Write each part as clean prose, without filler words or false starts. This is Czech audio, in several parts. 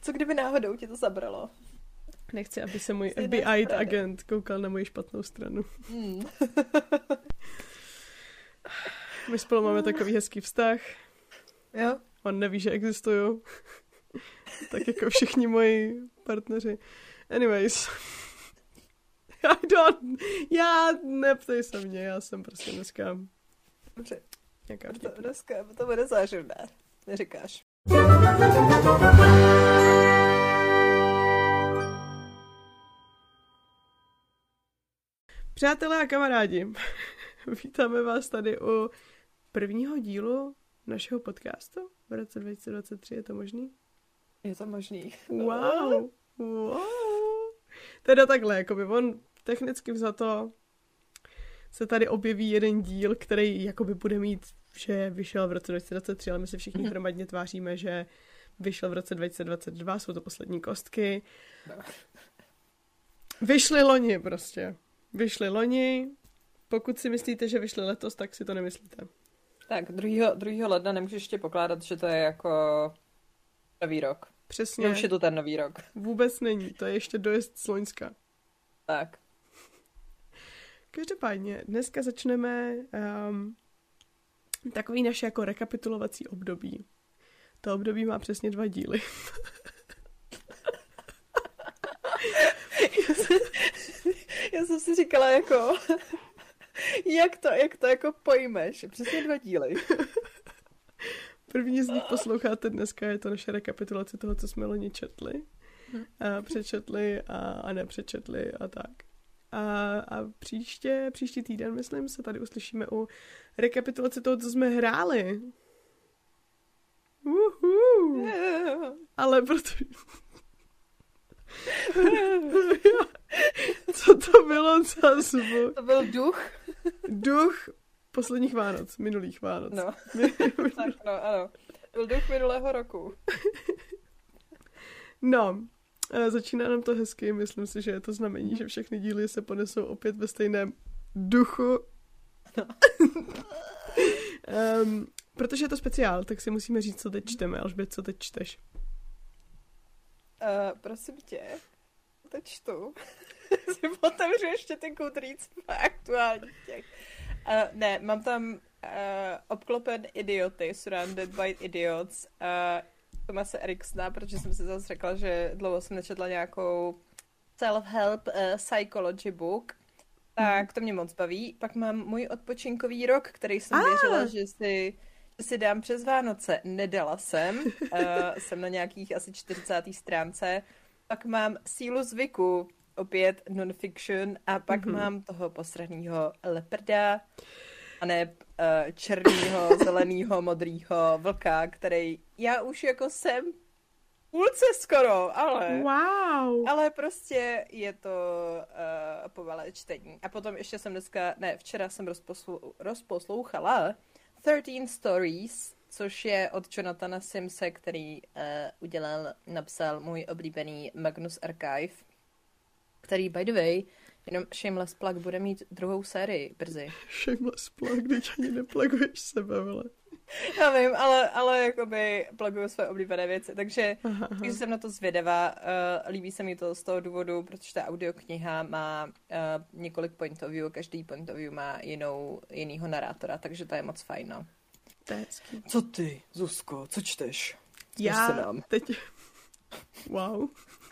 Co kdyby náhodou ti to zabralo? Nechci, aby se můj FBI agent koukal na moji špatnou stranu. My spolu máme takový hezký vztah. Jo. On neví, že existuju. Tak jako všichni moji partneři. Anyways. Já neptej se mě, já jsem prostě dneska... Dobře. Nějaká Dneska to bude záživné. Neříkáš. Přátelé a kamarádi, vítáme vás tady u prvního dílu našeho podcastu v roce 2023, je to možný? Je to možný. Wow. Teda takhle, jakoby on technicky vzato se tady objeví jeden díl, který jakoby bude mít, že vyšel v roce 2023, ale my se všichni hromadně tváříme, že vyšel v roce 2022, jsou to poslední kostky. Vyšly loni prostě. Vyšly loni. Pokud si myslíte, že vyšly letos, tak si to nemyslíte. Tak, 2. ledna nemůžeš ještě pokládat, že to je jako nový rok. Přesně. Už je to ten nový rok. Vůbec není, to je ještě dojezd z Loňska. Tak. Každopádně, dneska začneme takový naše jako rekapitulovací období. To období má přesně 2 díly. Já jsem si říkala jako, jak to jako pojmeš. Přesně 2 díly. První z nich posloucháte dneska, je to naše rekapitulace toho, co jsme loni četli. A přečetli a nepřečetli a tak. A příští týden, myslím, se tady uslyšíme u rekapitulace toho, co jsme hráli. Ale protože... Co to bylo za zvuk? To byl duch. Duch posledních Vánoc, minulých Vánoc. No, tak no, ano. Byl duch minulého roku. No, začíná nám to hezky, myslím si, že je to znamení, že všechny díly se ponesou opět ve stejném duchu. No. Protože je to speciál, tak si musíme říct, co teď čteme. Alžbět, co teď čteš? Prosím tě, teď čtu. Si otevřu ještě ty Goodreads aktuální těch. Ne, mám tam obklopen idioty, surrounded by idiots. Thomase Eriksona, protože jsem si zase řekla, že dlouho jsem nečetla nějakou self-help psychology book. Tak to mě moc baví. Pak mám můj odpočinkový rok, který jsem věřila, že si dám přes Vánoce. Nedala jsem. Jsem na nějakých asi 40. stránce. Pak mám Sílu zvyku, opět non-fiction. A pak mám toho posranýho leprda, a ne černýho, zelenýho, modrýho vlka, který já už jako jsem půlce skoro, ale prostě je to pomalé čtení. A potom ještě jsem včera jsem rozposlouchala 13 Stories, což je od Jonathana Simse, který napsal můj oblíbený Magnus Archive, který, by the way, jenom shameless plug, bude mít 2. sérii brzy. Shameless plug, když ani neplaguješ sebe, vole. Já vím, ale jakoby pluguju své oblíbené věci, takže jsem na to zvědavá. Líbí se mi to z toho důvodu, protože ta audiokniha má několik point of view, každý point of view má jinýho narátora, takže to je moc fajn, no. To je hezký. Co ty, Zuzko, co čteš? Já teď... Wow.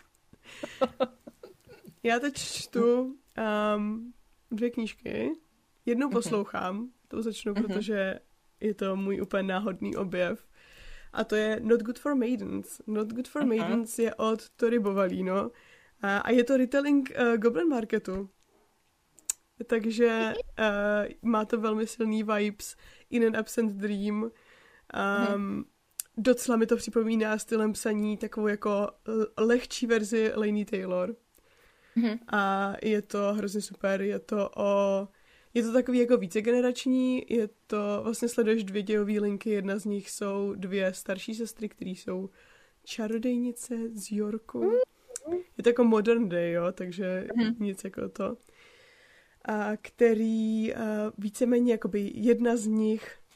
Já teď čtu 2 knížky. Jednou poslouchám, to začnu, protože je to můj úplně náhodný objev. A to je Not Good for Maidens. Not Good for Maidens je od Tori Bovalino. A je to retelling Goblin Marketu. Takže má to velmi silný vibes. In an Absent Dream. Docela mi to připomíná stylem psaní takovou jako lehčí verzi Laini Taylor. A je to hrozně super. Je to takový jako vícegenerační, vlastně sleduješ 2 dějové linky, jedna z nich jsou 2 starší sestry, které jsou čarodejnice z Yorku. Je to jako modern day, jo, takže nic jako to. A který víceméně jakoby jedna z nich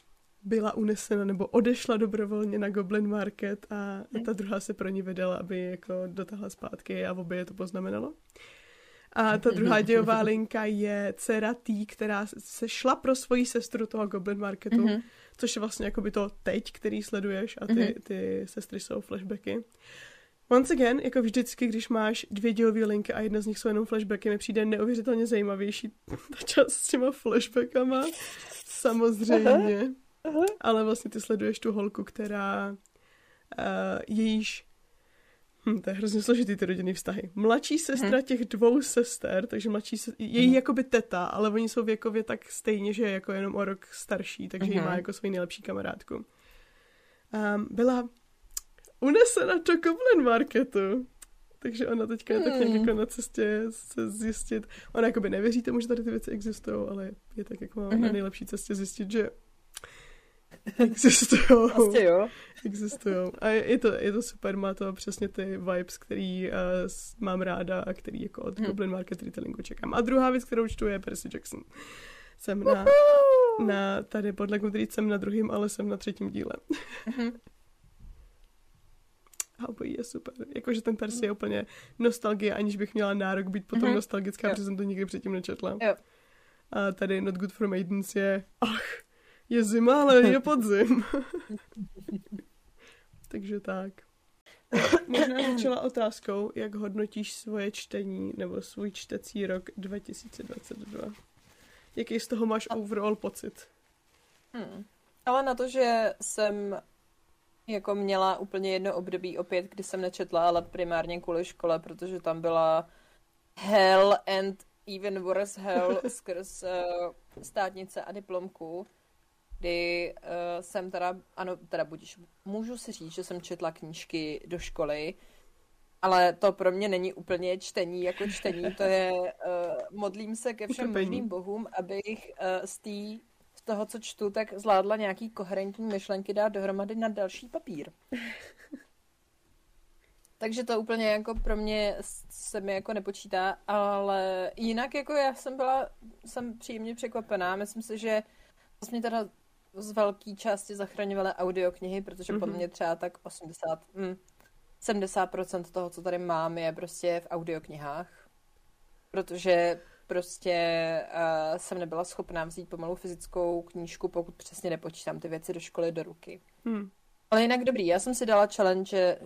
byla unesena nebo odešla dobrovolně na Goblin Market a ta druhá se pro ní vydala, aby jako dotáhla zpátky a obě je to poznamenalo. A ta druhá dějová linka je dcera T, která se šla pro svoji sestru toho Goblin Marketu, což je vlastně jakoby to teď, který sleduješ a ty sestry jsou flashbacky. Once again, jako vždycky, když máš 2 dějové linky a jedna z nich jsou jenom flashbacky, mi přijde neuvěřitelně zajímavější ta část s těma flashbackama. Samozřejmě. Ale vlastně ty sleduješ tu holku, která jejíž to je hrozně složitý, ty rodinný vztahy. Mladší sestra těch 2 sester, takže její jakoby teta, ale oni jsou věkově tak stejně, že je jako jenom o rok starší, takže ji má jako svoji nejlepší kamarádku. Byla unesena do Goblin Marketu. Takže ona teďka je tak nějak jako na cestě se zjistit. Ona jakoby nevěří tomu, že tady ty věci existují, ale je tak jako na nejlepší cestě zjistit, že existujou. Vlastně jo. Existujou. A je to super, má to přesně ty vibes, který mám ráda a který jako od Goblin Market Retellingu čekám. A druhá věc, kterou čtu, je Percy Jackson. Jsem na tady podle Goodreads jsem na 2., ale jsem na 3. díle. A obojí je super. Jakože ten Percy je úplně nostalgie, aniž bych měla nárok být potom nostalgická, protože jsem to nikdy předtím nečetla. Jo. A tady Not Good for Maidens je zima, ale je podzim. Takže tak. Možná začala otázkou, jak hodnotíš svoje čtení nebo svůj čtecí rok 2022. Jaký z toho máš overall pocit? Ale na to, že jsem jako měla úplně jedno období opět, kdy jsem nečetla, ale primárně kvůli škole, protože tam byla hell and even worse hell skrz státnice a diplomku, kdy jsem budíš, můžu si říct, že jsem četla knížky do školy, ale to pro mě není úplně čtení jako čtení, to je modlím se ke všem možným bohům, abych z toho, co čtu, tak zvládla nějaký koherentní myšlenky dát dohromady na další papír. Takže to úplně jako pro mě se mi jako nepočítá, ale jinak jako jsem příjemně překvapená. Myslím si, že vlastně teda z velké části zachraňovaly audioknihy, protože podle mě třeba tak 70% toho, co tady mám, je prostě v audioknihách. Protože prostě jsem nebyla schopná vzít pomalu fyzickou knížku, pokud přesně nepočítám ty věci do školy do ruky. Ale jinak dobrý, já jsem si dala challenge.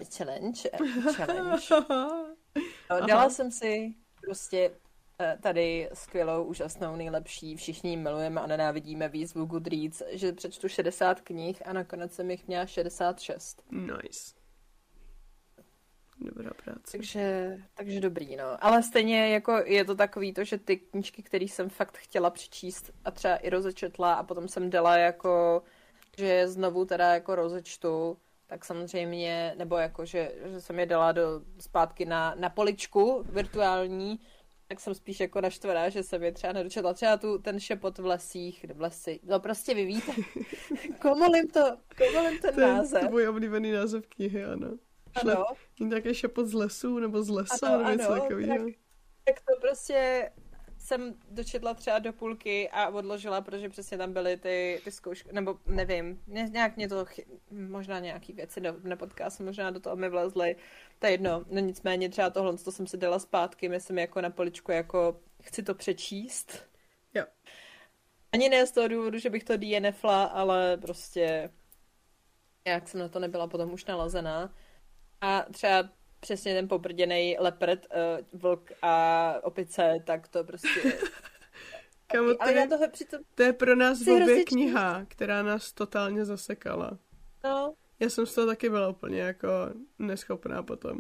Dala jsem si prostě tady skvělou, úžasnou, nejlepší, všichni milujeme a nenávidíme výzvu Goodreads, že přečtu 60 knih a nakonec jsem jich měla 66. Nice. Dobrá práce. Takže dobrý, no. Ale stejně jako je to takový to, že ty knížky, které jsem fakt chtěla přečíst a třeba i rozečetla a potom jsem dala jako, že znovu teda jako rozečtu, tak samozřejmě, nebo jako, že jsem je dala zpátky na poličku virtuální, tak jsem spíš jako naštvaná, že jsem je třeba nedočetla. Třeba ten šepot v lesích, no prostě vy víte. Komolím ten název. To je oblíbený název knihy, ano. Ano. Nějaký šepot z lesů nebo z lesa, nebo něco takového. Tak to prostě jsem dočetla třeba do půlky a odložila, protože přesně tam byly ty zkoušky, nebo nevím, nějak mě to, možná nějaký věci na podcastu, možná do toho mi vlezly, to je jedno, no nicméně třeba tohle, to jsem si dala zpátky, myslím jako na poličku, jako chci to přečíst. Jo. Ani ne z toho důvodu, že bych to DNFla, ale prostě jak jsem na to nebyla potom už nalazená. A třeba přesně ten poprděnej leprt, vlk a opice, tak to prostě... Kamu, to je pro nás obě kniha, která nás totálně zasekala. No. Já jsem z toho taky byla úplně jako neschopná potom.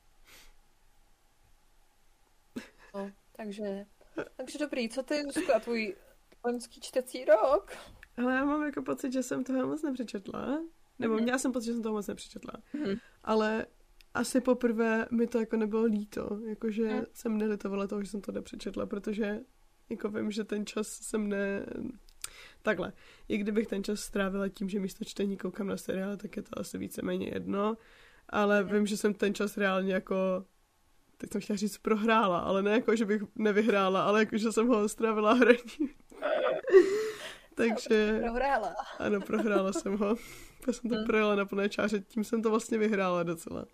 No, takže dobrý, co ty, Zuzka, tvůj loňský čtecí rok? Ale já mám jako pocit, že jsem toho moc nepřečetla. Nebo měla jsem pocit, že jsem toho moc nepřečetla. Ale asi poprvé mi to jako nebylo líto. Jakože jsem nelitovala toho, že jsem to nepřečetla, protože jako vím, že ten čas jsem Takhle. I kdybych ten čas strávila tím, že místo čtení koukám na seriály, tak je to asi víceméně jedno. Ale vím, že jsem ten čas reálně jako... Teď jsem chtěla říct prohrála, ale ne jako, že bych nevyhrála, ale jako, že jsem ho strávila hraní. Takže... Prohrála. Ano, prohrála jsem ho. Já jsem to projela na plné čáře, tím jsem to vlastně vyhrála docela.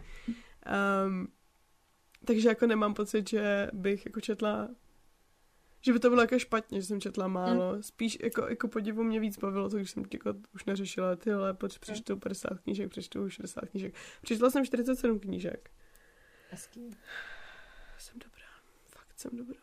Takže jako nemám pocit, že bych jako četla, že by to bylo jako špatně, že jsem četla málo. Spíš jako podivu mě víc bavilo to, když jsem jako už neřešila tyhle, přečtu 50 knížek, přečtu 60 knížek. Přečetla jsem 47 knížek. Hezký. Jsem dobrá, fakt jsem dobrá.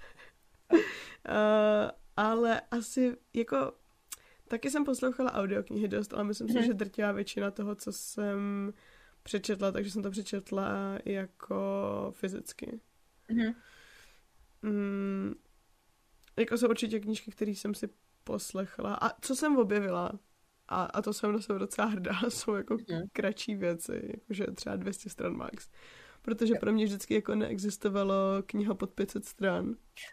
Ale asi jako taky jsem poslouchala audioknihy dost, ale myslím si, že drtivá většina toho, co jsem přečetla, takže jsem to přečetla jako fyzicky. Jako jsou určitě knížky, které jsem si poslechla. A co jsem objevila, a to jsem na sebe docela hrdá, jsou jako kratší věci, jakože třeba 200 stran max. Protože pro mě vždycky jako neexistovalo kniha pod 500 stran.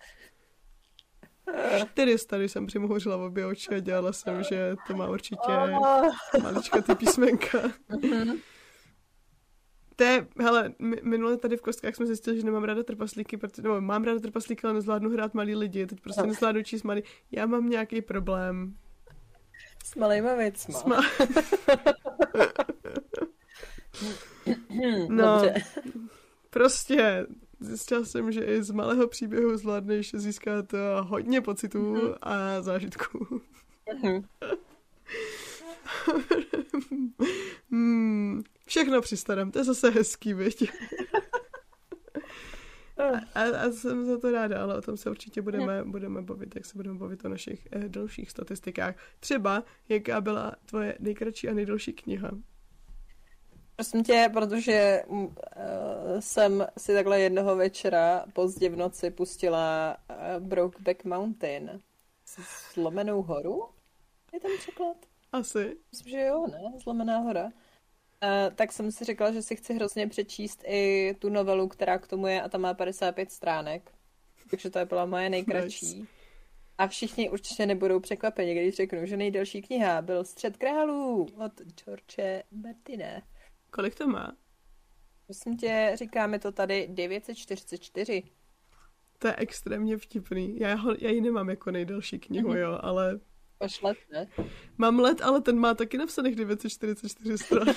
400, když jsem přimuhořila v obě oči a dělala jsem, že to má určitě maličkatý písmenka. To je, hele, minule tady v Kostkách jsme zjistili, že nemám ráda trpaslíky, nebo mám ráda trpaslíky, ale nezvládnu hrát malý lidi, teď prostě nezvládnu číst malý. Já mám nějaký problém. S malýma věcma. No, prostě zjistila jsem, že i z malého příběhu zvládneš získat hodně pocitů a zážitků. Všechno při starém, to je zase hezký, viď? A jsem za to ráda, ale o tom se určitě budeme bavit, jak se budeme bavit o našich dalších statistikách. Třeba, jaká byla tvoje nejkratší a nejdelší kniha? Prosím tě, protože jsem si takhle jednoho večera pozdě v noci pustila Brokeback Mountain. Zlomenou horu? Je tam překlad? Asi. Myslím, že jo, ne? Zlomená hora. Tak jsem si řekla, že si chci hrozně přečíst i tu novelu, která k tomu je, a ta má 55 stránek. Takže to byla moje nejkratší. Nice. A všichni určitě nebudou překvapeni, když řeknu, že nejdelší kniha byl Střed králů od George Martina. Kolik to má? Prosím tě, říká mi to tady 944. To je extrémně vtipný. Já ji nemám jako nejdelší knihu, jo, ale... Máš let, ne? Mám let, ale ten má taky napsaných 944 stran.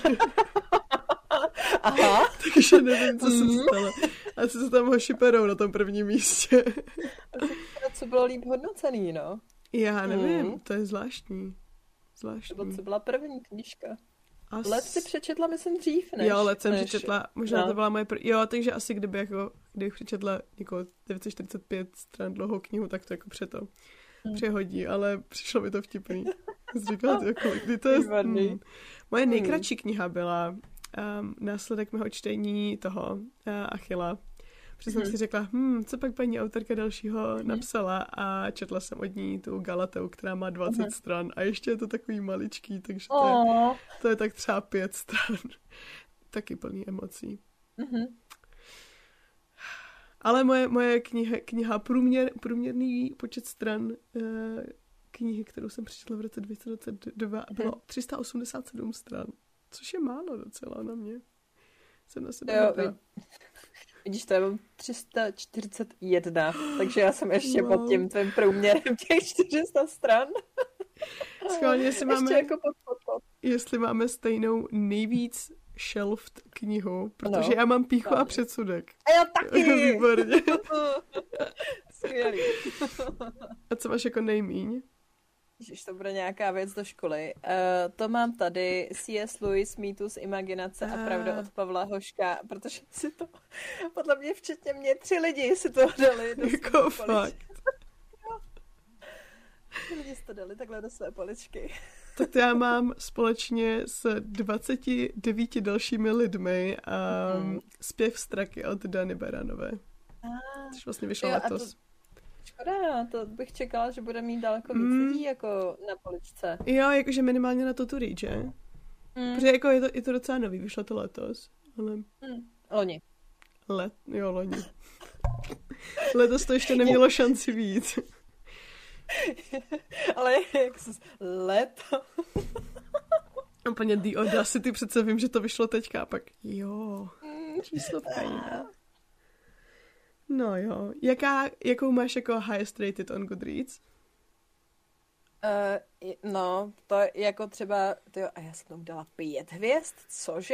Aha. Takže nevím, co se stalo. Asi se tam ho šiperou na tom prvním místě. Co bylo líp hodnocený, no? Já nevím, to je zvláštní. To byla první knížka. Let si přečetla, myslím, dřív, než... Jo, let jsem přečetla, možná to byla moje Jo, takže asi kdybych přečetla jako 945 stran dlouhou knihu, tak to jako přehodí, ale přišlo mi to vtipný. Říkala, kdy to je... Moje nejkratší kniha byla následek mého čtení toho Achilla. Protože jsem si řekla, co pak paní autorka dalšího napsala, a četla jsem od ní tu Galateu, která má 20 stran a ještě je to takový maličký, takže to je tak třeba 5 stran. Taky plný emocí. Ale moje kniha průměrný počet stran knihy, kterou jsem přečetla v roce 2022, bylo 387 stran, což je málo docela na mě. Jsem na sebe hrdá. Vidíš, to je 341, takže já jsem ještě pod tím tvým průměrem těch 400 stran. Schválně, jestli máme stejnou nejvíc shelved knihu, protože já mám píchu a předsudek. A já taky! Výborně. Skvělý. A co máš jako nejmíň? Ježiš, to bude nějaká věc do školy. To mám tady C.S. Lewis, Mýtus imaginace a pravda od Pavla Hoška, protože si to, podle mě včetně mě, 3 lidi si to dali do jako fakt. 3 lidi si to dali takhle do své poličky. Tak to já mám společně s 29 dalšími lidmi Zpěv straky od Dany Beranové. Což vlastně vyšlo letos. Škoda, to bych čekala, že bude mít daleko víc lidí jako na poličce. Jo, jakože minimálně na to read, že? Protože jako je to docela nový, vyšlo to letos. Ale... Loni. Loni. Letos to ještě nemělo šanci víc. Ale jak leto. Úplně The Audacity, přece vím, že to vyšlo teďka, a pak jo, číslovka jiná. No jo. Jakou máš jako highest rated on Goodreads? No, to je jako třeba, tyjo, a já jsem tomu dala 5 hvězd, cože?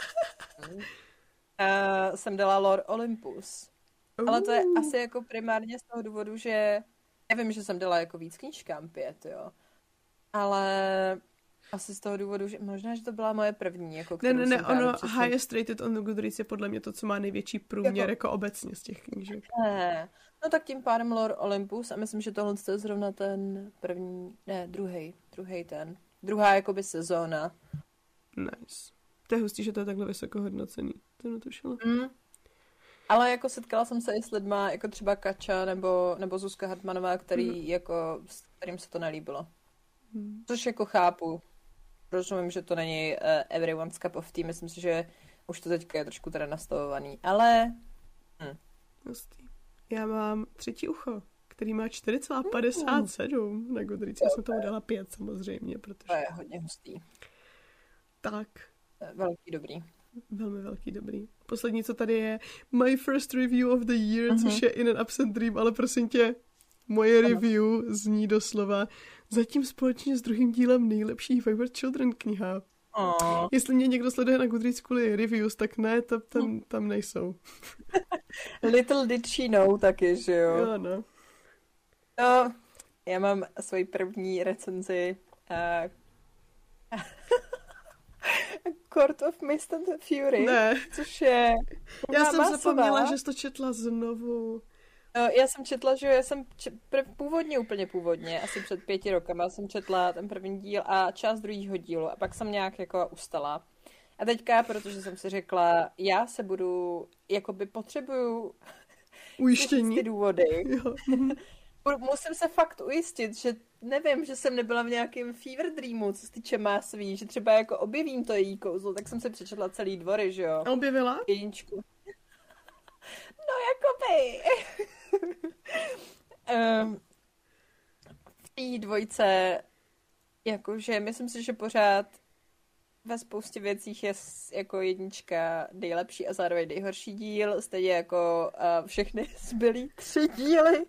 Jsem dala Lord Olympus. Ale to je asi jako primárně z toho důvodu, že já vím, že jsem dala jako víc knížkám 5, jo. Ale asi z toho důvodu, že možná, že to byla moje první, jako kterou Ne, jsem právě ono přesně... highest rated on the Goodreads je podle mě to, co má největší průměr jako obecně z těch knížek. Ne. No tak tím pádem Lord Olympus a myslím, že tohle je zrovna ten první, ne, druhý ten. Druhá jakoby sezóna. Nice. To je hustý, že to je takhle vysoko hodnocený. To netušila. Ale jako setkala jsem se i s lidma, jako třeba Kača nebo Zuzka Hartmanová, s kterým se to nelíbilo. Což jako chápu. Rozumím, že to není everyone's cup of tea. Myslím si, že už to teďka je trošku teda nastavovaný. Ale... Hustý. Já mám třetí ucho, který má 4,57 na Goodreads. Já jsem tomu dala 5 samozřejmě, protože... To je hodně hustý. Tak. Velký dobrý. Velmi velký dobrý. Poslední, co tady je My First Review of the Year, což je In an Absent Dream, ale prosím tě, moje review zní doslova zatím společně s druhým dílem nejlepší Wayward Children kniha. Jestli mě někdo sleduje na Goodreads kvůli reviews, tak ne, tam nejsou. Little did she know taky, že jo? Jo, no. No, já mám svoji první recenzi Court of Mist and Fury, Ne. což je... Já jsem zapomněla, že jsi to četla znovu. Já jsem četla, že já jsem úplně původně, asi před 5 rokama jsem četla ten první díl a část druhého dílu a pak jsem nějak jako ustala. A teďka, protože jsem si řekla, já se budu, jakoby potřebuju Ujištění. ty důvody. Jo. Musím se fakt ujistit, že nevím, že jsem nebyla v nějakém fever dreamu, co se týče másví, že třeba jako objevím to její kouzlo, tak jsem si přečetla celý dvory, že jo. Objevila? Jedničku. No jakoby. V té dvojce, jakože myslím si, že pořád ve spoustě věcích je jako jednička nejlepší a zároveň nejhorší díl, stejně jako všechny zbylý 3 díly.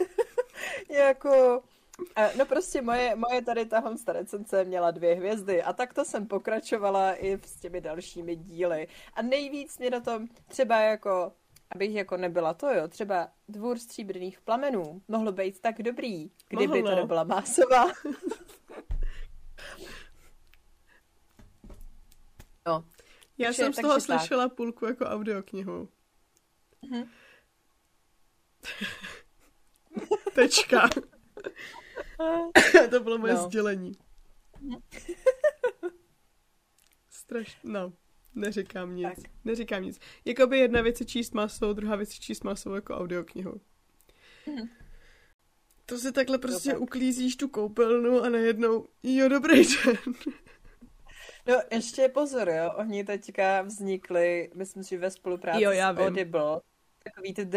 Jako, no prostě moje tady tahle recence měla 2 hvězdy a takto jsem pokračovala i s těmi dalšími díly. A nejvíc mě na tom třeba jako, abych jako nebyla to, jo, třeba Dvůr stříbrných plamenů mohlo být tak dobrý, kdyby to nebyla Másová. No. Já jsem z toho slyšela půlku jako audioknihu. Tečka. To bylo moje sdělení. Strašně, no. Neříkám nic. Jakoby jedna věc je číst masou, druhá věc je číst masou jako audioknihu. To si takhle prostě uklízíš tu koupelnu a najednou, jo, dobrý den. No, ještě pozor, jo, oni teďka vznikli, myslím si, ve spolupráci s Audible, takový ty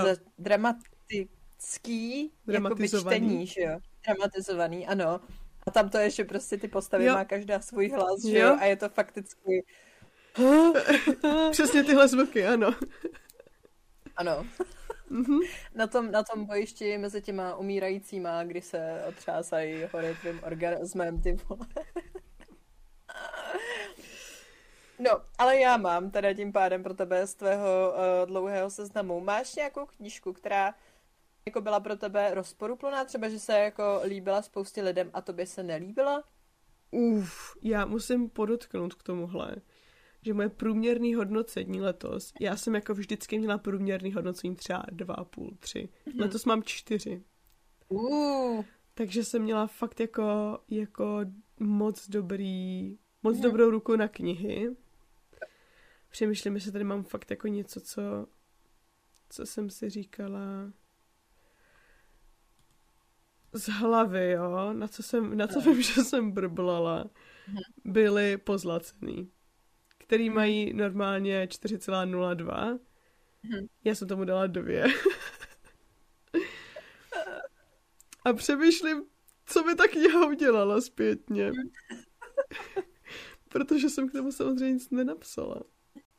dramatický jakoby čtení, že jo, dramatizovaný, ano. A tam to je, že prostě ty postavy má každá svůj hlas, že jo, a je to fakticky... Přesně tyhle zvuky, ano. Ano. Na tom bojišti mezi těma umírajícíma, kdy se otřásají hory tvým orgasmem, ty vole. No, ale já mám teda tím pádem pro tebe z tvého dlouhého seznamu. Máš nějakou knížku, která jako byla pro tebe rozporuplná, třeba, že se jako líbila spoustě lidem a tobě se nelíbila? Já musím podotknout k tomuhle, že moje průměrný hodnocení letos, já jsem jako vždycky měla průměrný hodnocení třeba 2,5, 3. Letos mám 4. Takže jsem měla fakt jako moc dobrou ruku na knihy. Přemýšlím, že tady mám fakt jako něco, co jsem si říkala z hlavy, jo, na co vím, že jsem brblala, byly pozlacený, který mají normálně 4,02. Já jsem tomu dala 2. A přemýšlím, co by ta kniha udělala zpětně. Protože jsem k tomu samozřejmě nic nenapsala.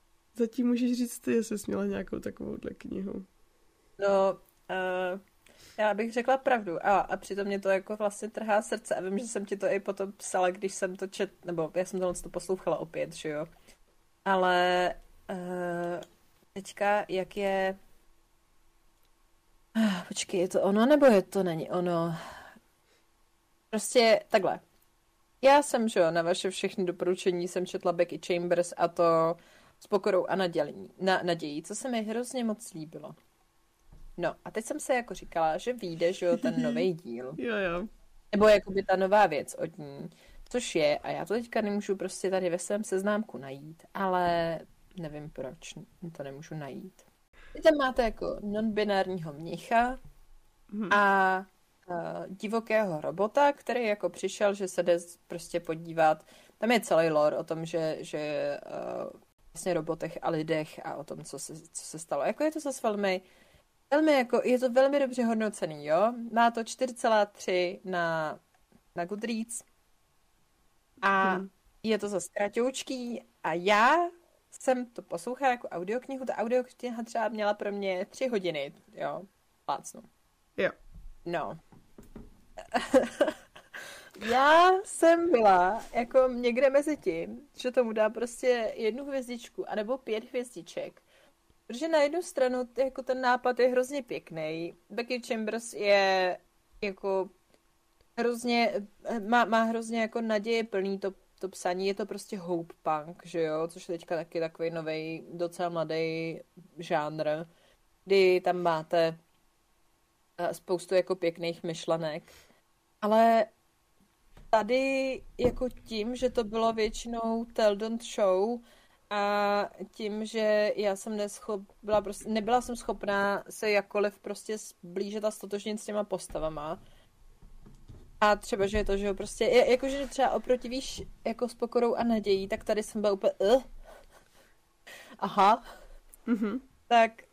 Zatím můžeš říct ty, jestli jsi měla nějakou takovouhle knihu. No, Já bych řekla pravdu a přitom mě to jako vlastně trhá srdce a vím, že jsem ti to i potom psala, když jsem to nebo já jsem to poslouchala opět, že jo. Ale teďka, jak je... Počkej, je to ono, nebo je to není ono? Prostě takhle. Já jsem, že jo, na vaše všechny doporučení jsem četla Becky Chambers a to s pokorou a nadějí, co se mi hrozně moc líbilo. No a teď jsem se jako říkala, že vyjde, že jo, ten nový díl. Jo. Nebo jakoby ta nová věc od ní. Což je, a já to teďka nemůžu prostě tady ve svém seznámku najít, ale nevím proč to nemůžu najít. Vy tam máte jako non-binárního mnicha a divokého robota, který jako přišel, že se jde prostě podívat. Tam je celý lore o tom, že vlastně robotech a lidech a o tom, co se stalo. Jako je to zase velmi jako, je to velmi dobře hodnocený, jo? Má to 4,3 na Goodreads a je to zase kratoučký a já jsem to poslouchala jako audioknihu. Ta audiokniha třeba měla pro mě 3 hodiny, jo? Plácnu. Jo. No. Já jsem byla jako někde mezi tím, že tomu dá prostě 1 hvězdičku, anebo 5 hvězdiček. Protože na jednu stranu jako ten nápad je hrozně pěkný. Becky Chambers je jako hrozně, má hrozně jako naděje plný to psaní. Je to prostě hope punk, že jo? Což je teďka taky takový novej, docela mladý žánr, kdy tam máte spoustu jako pěkných myšlenek. Ale tady jako tím, že to bylo většinou tell don't show a tím, že já jsem nebyla jsem schopná se jakkoliv prostě zblížit a stotožnit s těma postavama. A třeba, že je to, že jo, prostě, jakože třeba oproti, víš, jako s pokorou a nadějí, tak tady jsem byla úplně, aha. Tak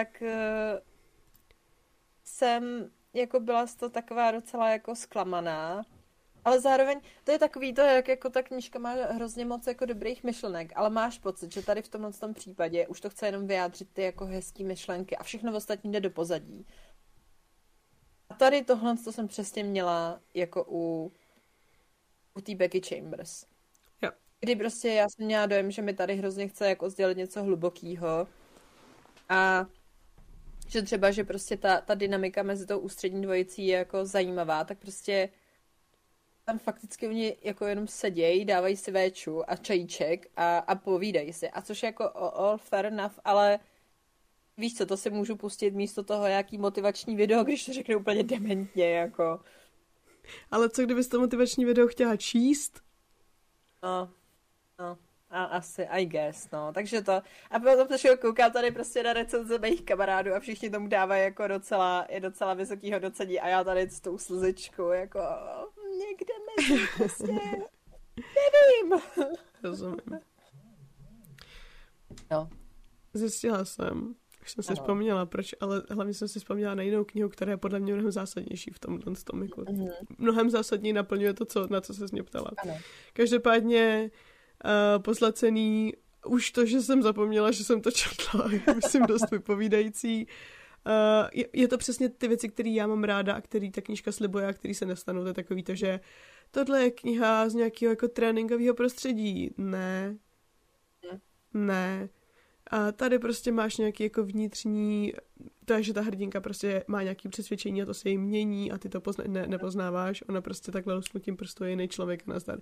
jsem jako byla z toho taková docela jako zklamaná. Ale zároveň to je takový to, jak jako ta knížka má hrozně moc jako dobrých myšlenek, ale máš pocit, že tady v tomhle tom případě už to chce jenom vyjádřit ty jako hezký myšlenky a všechno ostatní jde do pozadí. A tady tohle to jsem přesně měla jako u té Becky Chambers. Jo. Kdy prostě já jsem měla dojem, že mi tady hrozně chce jako sdělit něco hlubokýho a že třeba, že prostě ta dynamika mezi tou ústřední dvojicí je jako zajímavá, tak prostě tam fakticky oni jako jenom sedějí, dávají si véču a čajíček a povídají si. A což je jako all fair enough, ale víš co, to si můžu pustit místo toho jaký motivační video, když to řekne úplně dementně, jako. Ale co kdybys to motivační video chtěla číst? No. A asi, I guess, no. Takže to. A potom to koukám tady prostě na recenze mých kamarádů a všichni tomu dávají jako docela vysoký hodnocení a já tady s tou slzičkou jako někde mezi prostě nevím. Rozumím. No. Zjistila jsem, už jsem si vzpomněla, proč, ale hlavně jsem si vzpomněla na jinou knihu, která je podle mě mnohem zásadnější v tomhle tomiku. Mnohem zásadněji naplňuje to, na co se mě ptala. Ano. Každopádně pozlacený, už to, že jsem zapomněla, že jsem to četla, je myslím dost vypovídající. Je to přesně ty věci, které já mám ráda a který ta knížka slibuje a který se nestanou. To je takový to, že tohle je kniha z nějakého jako tréninkového prostředí. Ne. A tady prostě máš nějaký jako vnitřní, takže ta hrdinka prostě má nějaký přesvědčení a to se jí mění a ty to nepoznáváš. Ona prostě takhle lusknutím prstu je jiný člověk a nazdar.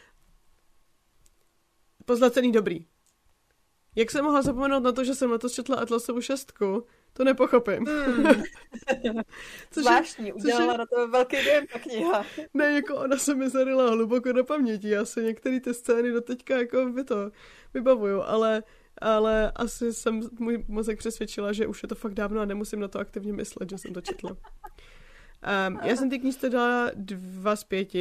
Pozlacený dobrý. Jak jsem mohla zapomenout na to, že jsem na to četla Atlasovu 6? To nepochopím. Zvláštní, udělala na to velký dojem ta kniha. Ne, jako ona se mi zarila hluboko do paměti. Já se některé ty scény doteďka jako vybavuju, ale asi jsem můj mozek přesvědčila, že už je to fakt dávno a nemusím na to aktivně myslet, že jsem to četla. Já jsem ty knížce dala 2 z 5.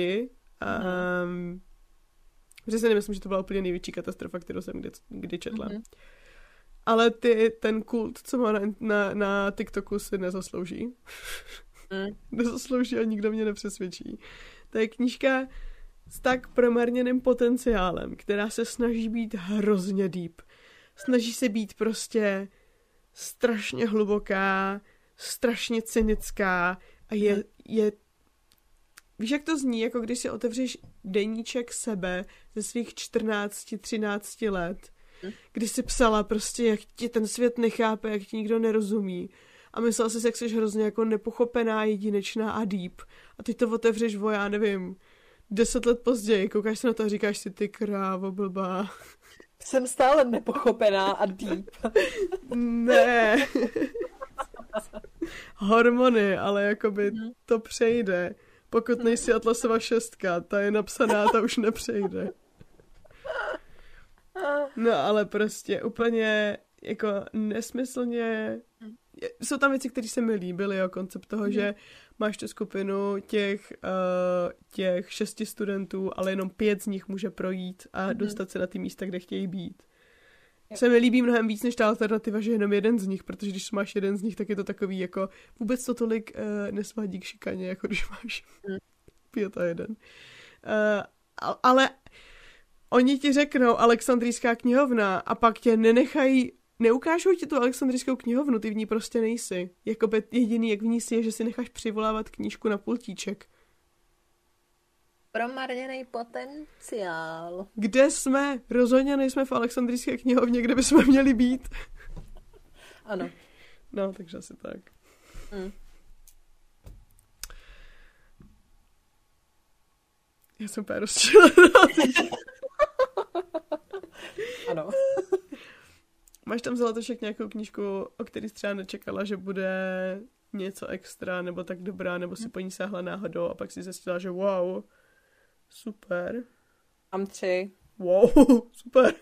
Protože si nemyslím, že to byla úplně největší katastrofa, kterou jsem kdy četla. Ale ten kult, co má na TikToku, si nezaslouží. Nezaslouží a nikdo mě nepřesvědčí. To je knížka s tak promarněným potenciálem, která se snaží být hrozně deep. Snaží se být prostě strašně hluboká, strašně cynická a je víš, jak to zní, jako když si otevřeš deníček sebe ze svých 14, 13 let, kdy jsi psala prostě, jak ti ten svět nechápe, jak ti nikdo nerozumí. A myslela jsi, jak jsi hrozně jako nepochopená, jedinečná a deep. A teď to otevřeš já nevím, 10 let později, koukáš se na to a říkáš si, ty krávo, blbá. Jsem stále nepochopená a deep. Ne. Hormony, ale jakoby to přejde. Pokud nejsi Atlasova 6, ta je napsaná, ta už nepřejde. No ale prostě úplně jako nesmyslně... Jsou tam věci, které se mi líbily, jo, koncept toho, že máš tu skupinu těch 6 studentů, ale jenom 5 z nich může projít a dostat se na ty místa, kde chtějí být. Se mi líbí mnohem víc než ta alternativa, že jenom jeden z nich, protože když máš jeden z nich, tak je to takový jako vůbec to tolik nesvádí k šikaně, jako když máš 5 a 1. Ale oni ti řeknou Alexandrijská knihovna a pak tě neukážou ti tu Alexandrijskou knihovnu, ty v ní prostě nejsi. Jakoby jediný, jak v ní si je, že si necháš přivolávat knížku na pultíček. Promarněný potenciál. Kde jsme? Rozhodně nejsme v Alexandrijské knihovně, kde bychom měli být. Ano. No, takže asi tak. Já jsem úplně rozčilená. Ano. Máš tam Zlatošek nějakou knížku, o který jsi třeba nečekala, že bude něco extra, nebo tak dobrá, nebo si po ní sáhla náhodou a pak si zjistila, že wow, super. Mám 3. Wow, super.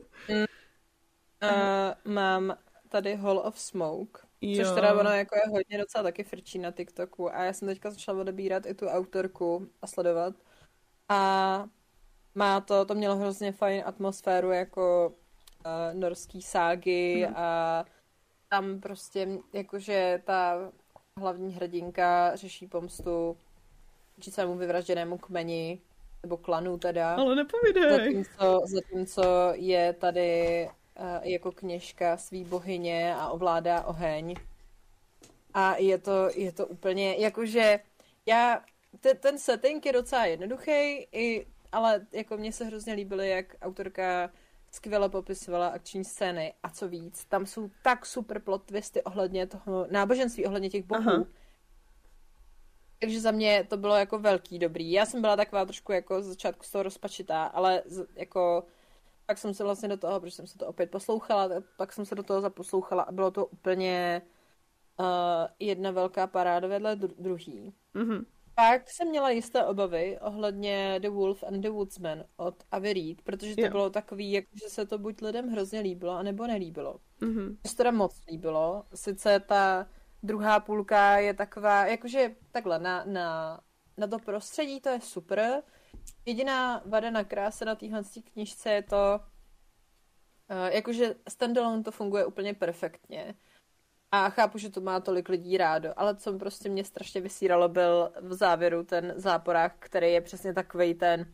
Mám tady Hall of Smoke, Jo. což teda ono jako je hodně docela taky frčí na TikToku a já jsem teďka začala odebírat i tu autorku a sledovat a to mělo hrozně fajn atmosféru jako norský ságy a tam prostě jakože ta hlavní hrdinka řeší pomstu či svému vyvražděnému kmeni nebo klanu teda. Ale nepovídej. Zatímco je tady jako kněžka svý bohyně a ovládá oheň. A je to úplně, jakože ten setting je docela jednoduchý, ale jako mně se hrozně líbilo, jak autorka skvěle popisovala akční scény a co víc, tam jsou tak super plot twisty ohledně toho náboženství, ohledně těch bohů. Aha. Takže za mě to bylo jako velký dobrý. Já jsem byla taková trošku jako z začátku z toho rozpačitá, ale jako pak jsem se vlastně do toho, protože jsem se to opět poslouchala, pak jsem se do toho zaposlouchala a bylo to úplně jedna velká paráda vedle druhý. Mm-hmm. Pak jsem měla jisté obavy ohledně The Wolf and the Woodsman od Avi Reed, protože to bylo takový, jako, že se to buď lidem hrozně líbilo, anebo nelíbilo. Mm-hmm. Mně se teda moc líbilo. Sice ta druhá půlka je taková, jakože takhle, na to prostředí to je super. Jediná vada na kráse na téhle knížce je to, jakože standalone to funguje úplně perfektně. A chápu, že to má tolik lidí rádo, ale co prostě mě strašně vysíralo, byl v závěru ten záporák, který je přesně takovej ten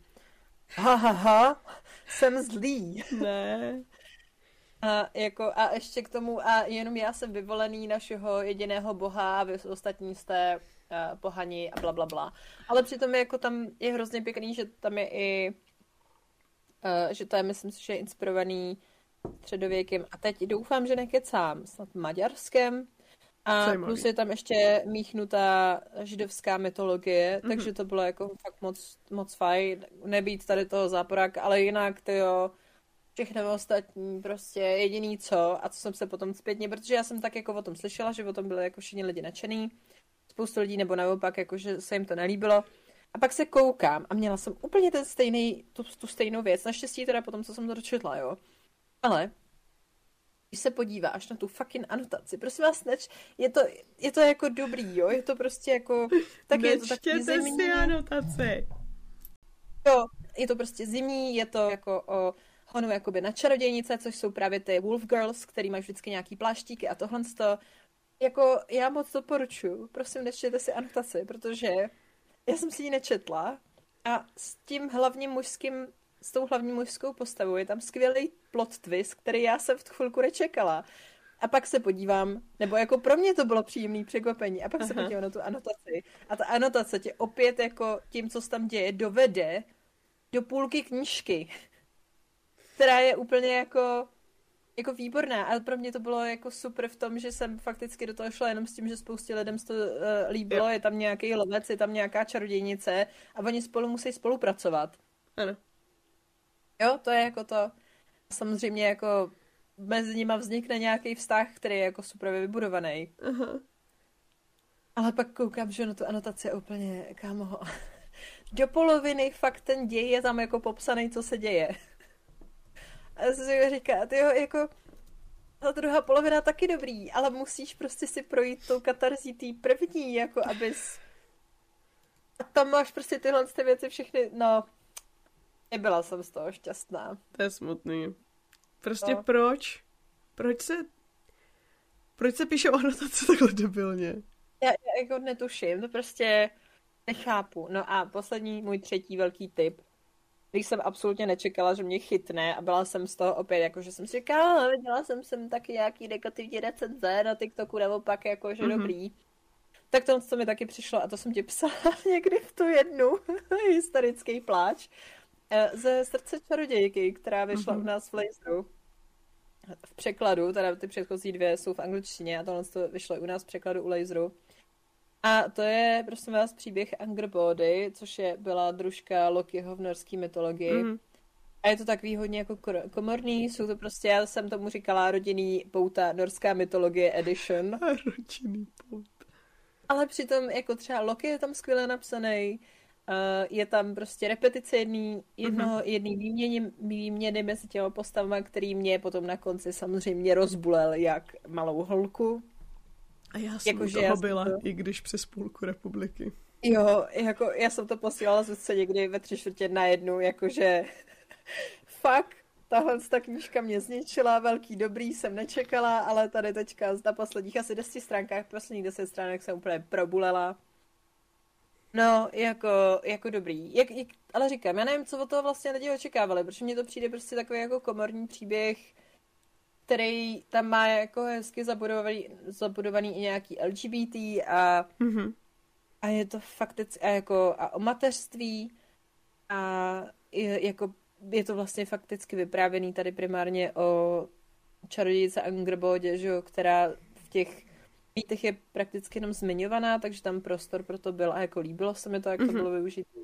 jsem zlý. Ne. A ještě k tomu, a jenom já jsem vyvolený našeho jediného boha a vy ostatní jste pohani a bla, bla, bla. Ale přitom jako tam je hrozně pěkný, že tam je i že to je, myslím si, že je inspirovaný středověkem. A teď doufám, že nekecám, snad maďarskem. A plus je tam ještě míchnutá židovská mytologie, takže to bylo jako fakt moc fajn. Nebýt tady toho záporáka, ale jinak tyjo, všechno ostatní, prostě jediný co, a co jsem se potom zpětně, protože já jsem tak jako o tom slyšela, že o tom byli jako všichni lidi nadšený, spoustu lidí nebo naopak, jako že se jim to nelíbilo. A pak se koukám a měla jsem úplně tu stejnou věc, naštěstí teda potom, co jsem to dočetla, jo. Ale když se podíváš na tu fucking anotaci, prosím vás, je to jako dobrý, jo, je to prostě jako, tak je to taky zimní. Si anotaci. Jo, je to prostě zimní, je to jako o honu jakoby na čarodějnice, což jsou právě ty Wolf Girls, který mají vždycky nějaký pláštíky a tohle to, jako já moc doporučuji, prosím, nečtěte si anotaci, protože já jsem si ji nečetla a s tou hlavní mužskou postavou je tam skvělý plot twist, který já jsem v tu chvilku nečekala. A pak se podívám, nebo jako pro mě to bylo příjemné překvapení, a pak se podívám na tu anotaci. A ta anotace tě opět jako tím, co se tam děje, dovede do půlky knížky, která je úplně jako výborná. Ale pro mě to bylo jako super v tom, že jsem fakticky do toho šla jenom s tím, že spoustě lidem se to líbilo, je tam nějaký lovec, je tam nějaká čarodějnice a oni spolu musí spolupracovat. Ano. Jo, to je jako to. Samozřejmě jako mezi nima vznikne nějaký vztah, který je jako super vybudovaný. Aha. Ale pak koukám, že na tu anotaci je úplně, kámo, do poloviny fakt ten děj je tam jako popsaný, co se děje. A já si říká, tyjo, jako ta druhá polovina taky dobrý, ale musíš prostě si projít tou katarzí tý první, jako abys... A tam máš prostě tyhle ty věci všechny, no... Nebyla jsem z toho šťastná. To je smutný. Prostě proč? Proč se píše anotace takhle debilně? Já jako netuším, to prostě nechápu. No a poslední, můj třetí velký tip, když jsem absolutně nečekala, že mě chytne a byla jsem z toho opět, jako že jsem si říkala, viděla jsem taky nějaký negativní recenze na TikToku, naopak jako, že dobrý. Tak to mi taky přišlo a to jsem ti psala někdy v tu jednu historický pláč ze Srdce čarodějky, která vyšla u nás v Laseru. V překladu, teda ty předchozí dvě jsou v angličtině a tohle to vyšlo u nás v překladu u Laseru. A to je, prosím vás, příběh Angrboda, což byla družka Lokiho v norské mytologii. A je to takový hodně jako komorný, jsou to prostě, já jsem tomu říkala rodinný pouta norská mytologie edition. Rodinný pouta. Ale přitom jako třeba Loki je tam skvěle napsaný, je tam prostě repetice jedný výměny mezi těma postavama, který mě potom na konci samozřejmě rozbulel jak malou holku. A já jsem jako, toho byla, i když přes půlku republiky. Jo, jako já jsem to posílala zase někdy ve 3/4 jakože fakt, tahle ta knížka mě zničila, velký dobrý jsem nečekala, ale tady teďka na posledních asi 10 stránkách, posledních 10 stránek jsem úplně probulela. No, jako dobrý. Ale říkám, já nevím, co od toho vlastně lidi očekávali, protože mně to přijde prostě takový jako komorní příběh, který tam má jako hezky zabudovaný i nějaký LGBT a je to fakticky a o mateřství a je to vlastně fakticky vyprávěný tady primárně o čarodějce Angerbodě, že jo, která v těch mýtech je prakticky jenom zmiňovaná, takže tam prostor pro to byl a jako líbilo se mi to, jak to bylo využité.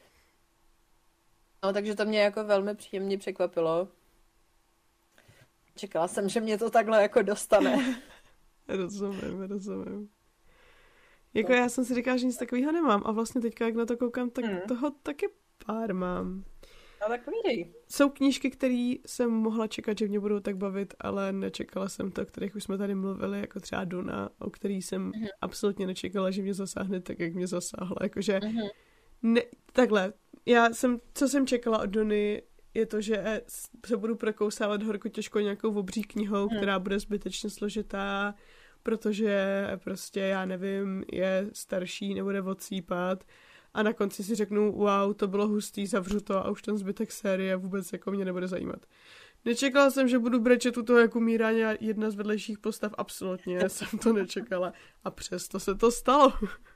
No, takže to mě jako velmi příjemně překvapilo. Čekala jsem, že mě to takhle jako dostane. Rozumím. Jako já jsem si říkala, že nic takového nemám a vlastně teďka, jak na to koukám, tak toho taky pár mám. No tak povídej. Jsou knížky, které jsem mohla čekat, že mě budou tak bavit, ale nečekala jsem to, o kterých už jsme tady mluvili, jako třeba Duna, o který jsem absolutně nečekala, že mě zasáhne tak, jak mě zasáhla. Jakože takhle, co jsem čekala od Duny, je to, že se budu prokousávat horko těžko nějakou obří knihou, která bude zbytečně složitá, protože prostě, já nevím, je starší, nebude odsýpat. A na konci si řeknu, wow, to bylo hustý, zavřu to a už ten zbytek série vůbec jako mě nebude zajímat. Nečekala jsem, že budu brečet u toho, jak umírá jedna z vedlejších postav, absolutně jsem to nečekala. A přesto se to stalo.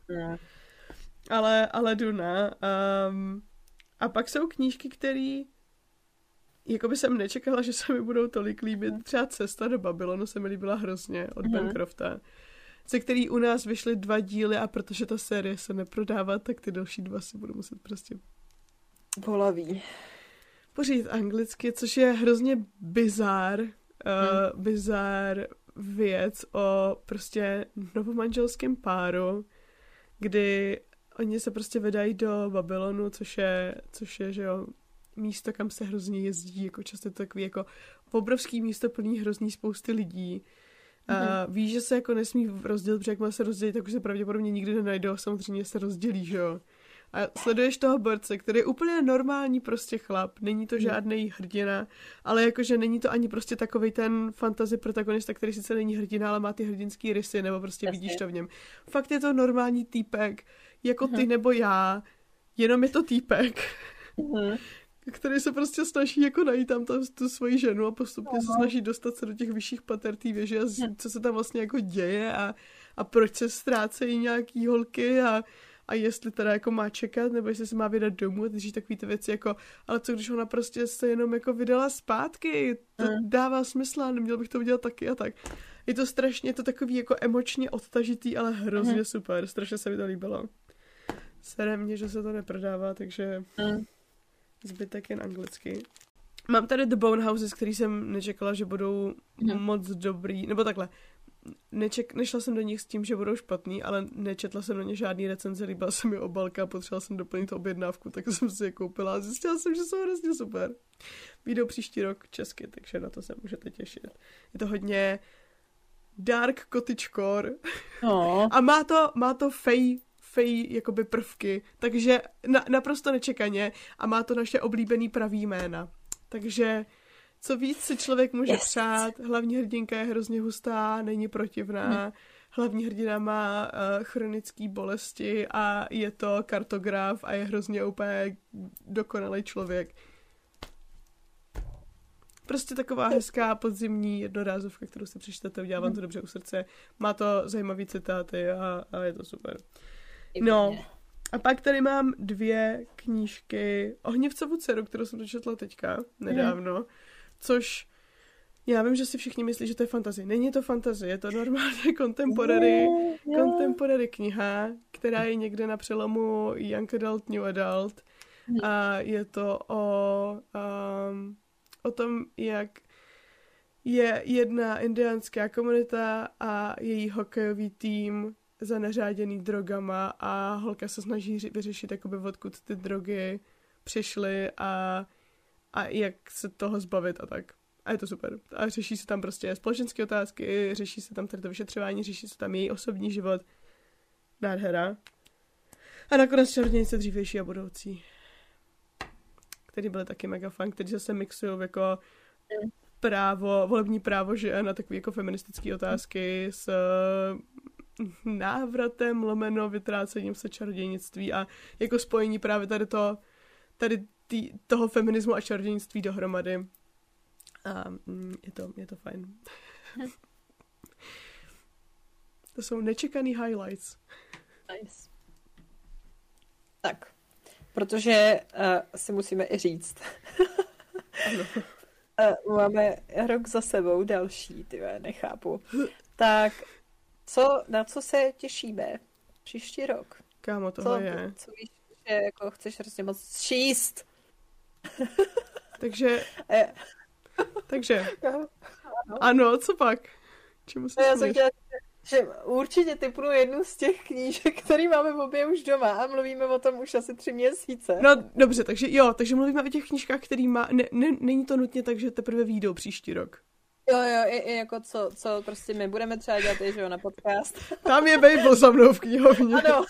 Ale Duna. A pak jsou knížky, které jakoby jsem nečekala, že se mi budou tolik líbit. Třeba Cesta do Babylonu se mi líbila hrozně od Bancrofta. Ze který u nás vyšly 2 díly a protože ta série se neprodává, tak ty další 2 si budu muset prostě pořídit anglicky, což je hrozně bizár věc o prostě novomanželském páru, kdy oni se prostě vydají do Babylonu, což je, že jo, místo, kam se hrozně jezdí, jako často to takový jako obrovský místo plný hrozný spousty lidí. Víš, že se jako nesmí rozdělit, protože jakmile se rozdělí, tak už se pravděpodobně nikdy nenajdou, samozřejmě se rozdělí, že jo. A sleduješ toho borce, který je úplně normální prostě chlap, není to žádnej hrdina, ale jakože není to ani prostě takovej ten fantasy protagonista, který sice není hrdina, ale má ty hrdinský rysy, nebo prostě vidíš to v něm. Fakt je to normální týpek, jako ty nebo já, jenom je to týpek. který se prostě snaží jako najít tam tu svoji ženu a postupně se snaží dostat se do těch vyšších pater té věže a co se tam vlastně jako děje a proč se ztrácejí nějaký holky a jestli teda jako má čekat, nebo jestli se má vydat domů a teď takový ty věci jako, ale co když ona prostě se jenom jako vydala zpátky, to dává smysl a neměl bych to udělat taky a tak. Je to strašně, je to takový jako emočně odtažitý, ale hrozně super, strašně se mi to líbilo. Sere mě, že se to neprodává, takže zbytek jen anglicky. Mám tady The Bone Houses, který jsem nečekala, že budou moc dobrý, nebo takhle. Nešla jsem do nich s tím, že budou špatný, ale nečetla jsem na ně žádný recenze, líbila se mi obalka, potřebovala jsem doplnit objednávku, tak jsem si je koupila a zjistila jsem, že jsou hrozně super. Vyjdou příští rok česky, takže na to se můžete těšit. Je to hodně dark cottagecore a má to fej jakoby prvky, takže naprosto nečekaně a má to naše oblíbený pravý jména. Takže co víc si člověk může přát, hlavní hrdinka je hrozně hustá, není protivná, hlavní hrdina má chronické bolesti a je to kartograf a je hrozně úplně dokonalý člověk. Prostě taková hezká podzimní jednorázovka, kterou si přečtete, udělá vám to dobře u srdce. Má to zajímavý citáty a je to super. No, a pak tady mám 2 knížky Ohnivcovu dceru, kterou jsem dočetla teďka, nedávno, což já vím, že si všichni myslí, že to je fantasy. Není to fantasy, je to normálně contemporary kniha, která je někde na přelomu Young Adult, New Adult a je to o tom, jak je jedna indiánská komunita a její hokejový tým zaneřáděný drogama a holka se snaží vyřešit, jakoby odkud ty drogy přišly a jak se toho zbavit a tak. A je to super. A řeší se tam prostě společenské otázky, řeší se tam tady to vyšetřování, řeší se tam její osobní život. Nádhera. A nakonec čarodějnice dřívější a budoucí. Který byly taky mega fun, který zase mixují jako volební právo žen a takový jako feministický otázky s návratem lomeno vytrácením se čarodějnictví a jako spojení právě toho feminismu a čarodějnictví dohromady. A je to fajn. To jsou nečekaný highlights. Nice. Tak, protože si musíme i říct. Ano. Máme rok za sebou další, nechápu. Tak, na co se těšíme příští rok? Kámo, toho je. Co víš, že jako chceš hrozně moc číst? Takže, ano, co pak? Čemu se směš? Že určitě typnu jednu z těch knížek, který máme v obě už doma a mluvíme o tom už asi 3 měsíce. No dobře, takže mluvíme o těch knížkách, který není to nutně tak, že teprve vyjdou příští rok. Jo, i jako co prostě my budeme třeba dělat, že jo, na podcast. Tam je Babel za mnou v knihovně. Ano.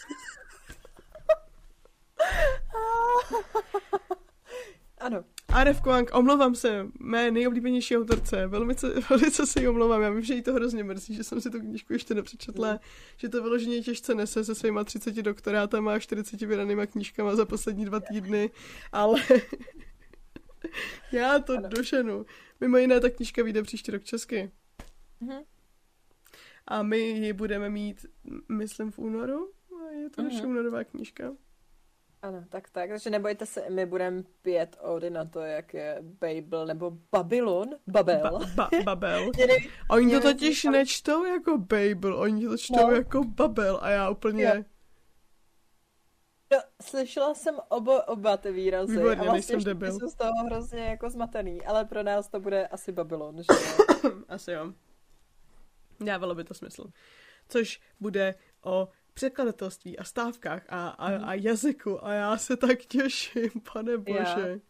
Ano. R.F. Kuang, omlouvám se, mé nejoblíbenější autorce, velice se jí omlouvám, já vím, že jí to hrozně mrzí, že jsem si tu knížku ještě nepřečetla, že to vyloženě těžce nese se svýma 30 doktorátama a 40 vydanýma knížkama za poslední 2 týdny, ale já to došenu. Mimo jiné, ta knížka vyjde příští rok česky. A my ji budeme mít, myslím, v únoru, a je to naše únorová knížka. Ano, tak, takže nebojte se, my budeme 5 ódy na to, jak je Babel nebo Babylon. Babel. Babel. Oni to totiž nečtou jako Babel, oni to čtou jako Babel a já úplně... Jo. No, slyšela jsem oba ty výrazy. Výborně, a vlastně jsem z toho hrozně jako zmatený, ale pro nás to bude asi Babylon, že Asi jo. Dávalo by to smysl. Což bude o překladatelství a stávkách a jazyku a já se tak těším, pane bože.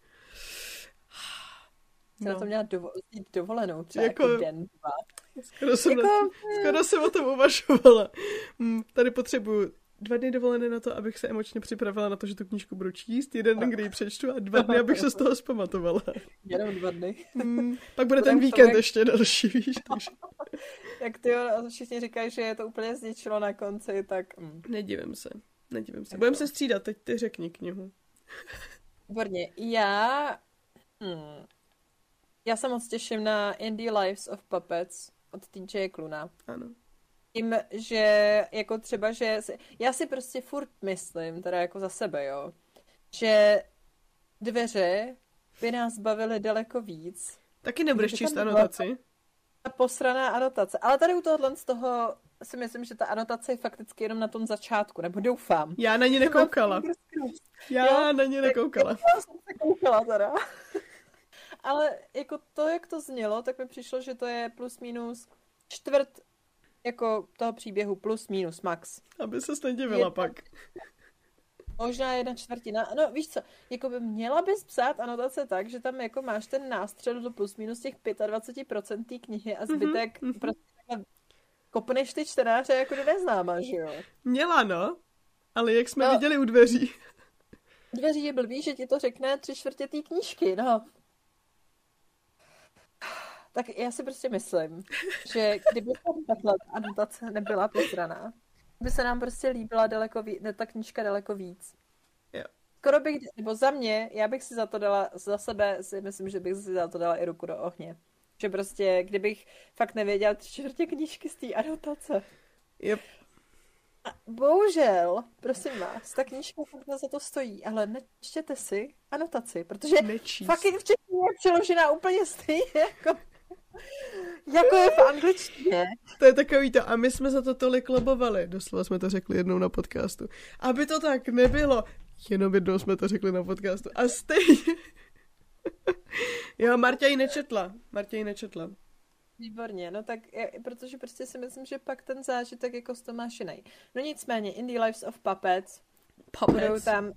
Na to měla dovolenou třeba jako den, 2. Skoro jsem o tom uvažovala. Tady potřebuju 2 dny dovolené na to, abych se emočně připravila na to, že tu knížku budu číst, 1 den, kdy ji přečtu a 2 dny, abych se z toho zpamatovala. Jenom 2 dny. Pak bude ten víkend ještě další, víš. Takže. Jak ty všichni říkají, že je to úplně zničilo na konci, tak... Nedivím se. Budeme se střídat, teď ty řekni knihu. Výborně. Já se moc těším na Indie Lives of Puppets od TJ Kluna. Ano. Tím, že jako třeba, já si prostě furt myslím, teda jako za sebe, jo, že dveře by nás bavily daleko víc. Taky nebudeš číst anotaci? Ta posraná anotace. Ale tady u tohohle z toho si myslím, že ta anotace je fakticky jenom na tom začátku, nebo doufám. Já na ně nekoukala. Já na ně nekoukala. Já jsem se koukala teda. Ale jako to, jak to znělo, tak mi přišlo, že to je plus minus čtvrt jako toho příběhu plus minus max. Aby se nedivila pak. Možná 1/4. No víš co, jako by měla bys psát anotace tak, že tam jako máš ten nástřel do plus minus těch 25% té knihy a zbytek prostě kopneš ty čtenáře jako do neznáma, že jo? Měla, no. Ale jak jsme viděli u dveří. Dveří je blbý, že ti to řekne 3/4 té knížky, no. Tak já si prostě myslím, že kdyby takhle anotace nebyla posraná, by se nám prostě líbila ta knížka daleko víc. Jo. Skoro bych, nebo za mě, já bych si za to dala, za sebe si myslím, že bych si za to dala i ruku do ohně. Že prostě, kdybych fakt nevěděla 3/4 knížky z té anotace. Yep. A bohužel, prosím vás, ta knížka fakt za to stojí, ale nečtěte si anotaci, protože fakt v češtině je přeložená úplně stejně, jako je v angličtině. To je takový to, a my jsme za to tolik lobovali, doslova jsme to řekli jednou na podcastu, aby to tak nebylo, jenom jednou jsme to řekli na podcastu a stejně. Jo, Marta ji nečetla. Výborně, no tak, protože prostě si myslím, že pak ten zážitek jako z toho máš jiný. No nicméně, Indie Lives of Puppets. Budou tam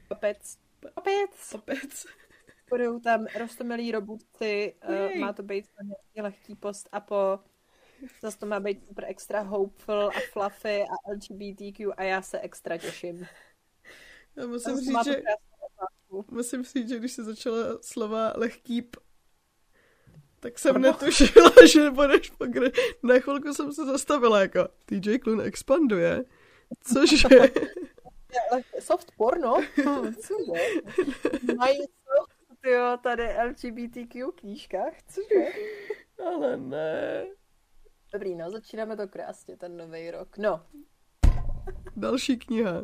Puppets. Budou tam rostomilí robotci, má to být nějaký lehký post-apo, zase to má být super extra hopeful a fluffy a LGBTQ a já se extra těším. Já musím říct, že když se začala slova lehký tak jsem netušila, že budeš na chvilku jsem se zastavila jako TJ Klun expanduje. Cože? Soft porno? Cože? Mají tady LGBTQ knížkách? Cože? Ale ne. Dobrý, no, začínáme to krásně, ten nový rok. No. Další kniha.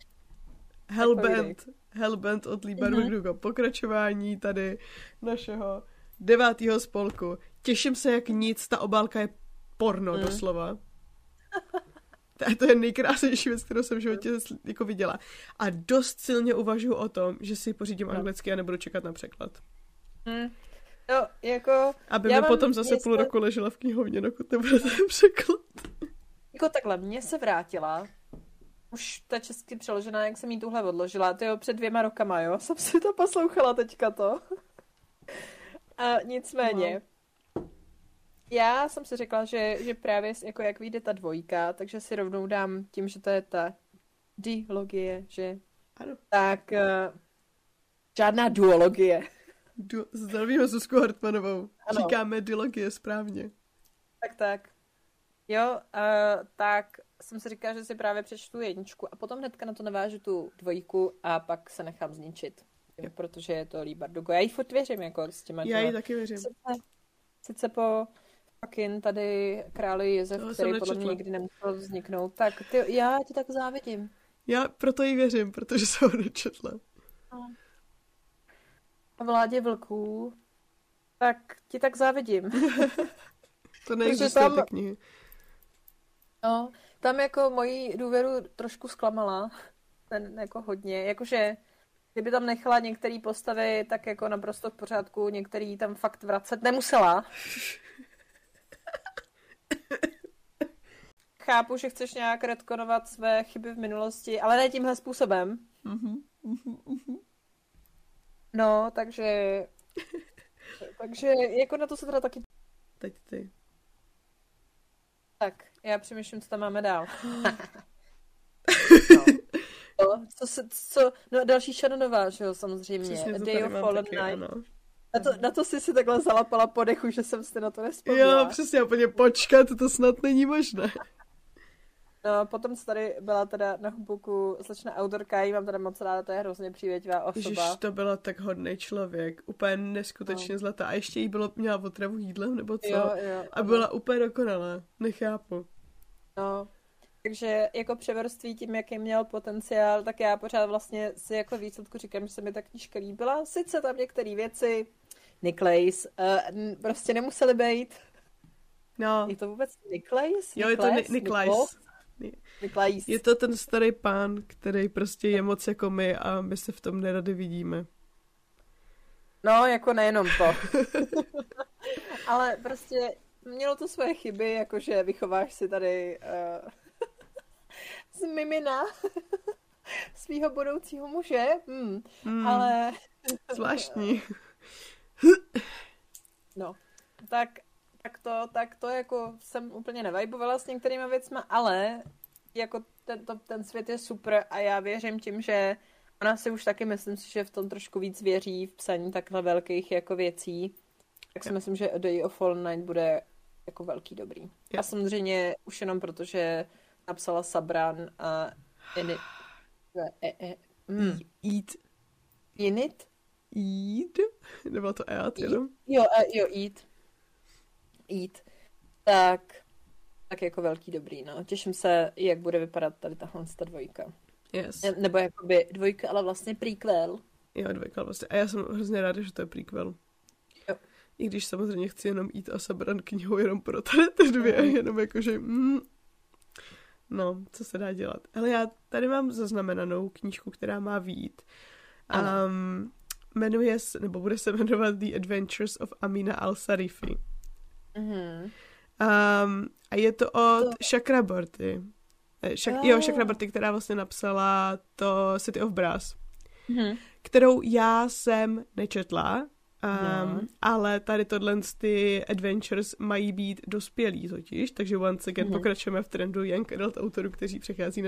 Hellbent od Lee Bardugo. Pokračování tady našeho 9. spolku. Těším se jak nic, ta obálka je porno doslova. To je nejkrásnější věc, kterou jsem v životě jako viděla. A dost silně uvažuji o tom, že si pořídím anglicky a nebudu čekat na překlad. No, jako... Aby mi potom zase půl roku ležela v knihovně, dokud nebude ten překlad. Jako takhle, mně se vrátila. Už ta česky přeložená, jak jsem jí tuhle odložila. To jo, před 2 rokama, jo? Jsem si to poslouchala teďka to. A nicméně, já jsem si řekla, že právě jako jak vyjde ta 2, takže si rovnou dám tím, že to je ta dilogie, že? Ano. Tak žádná duologie. Zdravíme Zuzku Hartmanovou. Ano. Říkáme dilogie správně. Tak. Jo, tak jsem si říkala, že si právě přečtu 1 a potom hnedka na to navážu tu 2 a pak se nechám zničit. Protože je to Lee Bardugo. Já jí furt věřím, jako s těma. Já jí taky věřím. Sice po fucking tady králi Jezef, který podle mě nikdy nemusel vzniknout, tak já ti tak závidím. Já proto jí věřím, protože jsem ho nečetla. A Vládě vlků, tak ti tak závidím. To neexistuje ty knihy. No, tam jako moji důvěru trošku zklamala. Ten jako hodně, jakože kdyby tam nechala některé postavy tak jako naprosto v pořádku, některý tam fakt vracet nemusela. Chápu, že chceš nějak retkonovat své chyby v minulosti, ale ne tímhle způsobem. No, takže jako na to se teda taky... Teď ty. Tak, já přemýšlím, co tam máme dál. No, další Shannonova, že jo, samozřejmě. Day of Fallen Night. Na to jsi si takhle zalapala po dechu, že jsem si na to nespomněla. Jo, přesně, úplně počkat, to snad není možné. No, potom co tady byla teda na Humbuku slečna autorka, jí mám teda moc ráda, to je hrozně přívětivá osoba. Ježiš, to byla tak hodný člověk, úplně neskutečně zlatá. A ještě jí měla otravu jídlem, nebo co? Jo, a byla úplně dokonalá, nechápu. No, takže jako převrství tím, jaký měl potenciál, tak já pořád vlastně si jako výsledku říkám, že se mi ta knížka líbila. Sice tam některé věci, Niklaus, prostě nemusely být. No. Je to vůbec Niklaus? Jo, je to Niklaus. Je to ten starý pán, který prostě je moc jako my a my se v tom nerady vidíme. No, jako nejenom to. Ale prostě mělo to svoje chyby, jakože vychováš si tady z mimina svýho budoucího muže. Ale... Zvláštní. No, tak to jako jsem úplně nevajbovala s některýma věcma, ale jako ten svět je super a já věřím tím, že ona si už taky myslím si, že v tom trošku víc věří v psaní takhle velkých jako věcí. Tak si myslím, že A Day of Fallen Night bude jako velký dobrý. A samozřejmě už jenom protože napsala Sabran a Eat. Nebylo to Eat, jenom? Jo, Eat. Tak jako velký dobrý, no. Těším se, jak bude vypadat tady tahle dvojka. Yes. Nebo jakoby dvojka, ale vlastně prequel. Jo, dvojka vlastně. A já jsem hrozně ráda, že to je prequel. Jo. I když samozřejmě chci jenom jít a Sabran knihu jenom pro tady ty dvě, jenom jakože... No, co se dá dělat. Ale já tady mám zaznamenanou knížku, která má vyjít. Jmenuje se, nebo bude se jmenovat The Adventures of Amina al-Sarifi. A je to od Chakraborty. Chakraborty, která vlastně napsala to City of Brass. Kterou já jsem nečetla, ale tady tohle ty adventures mají být dospělí totiž, takže once again pokračujeme v trendu young adult autorů, kteří přechází na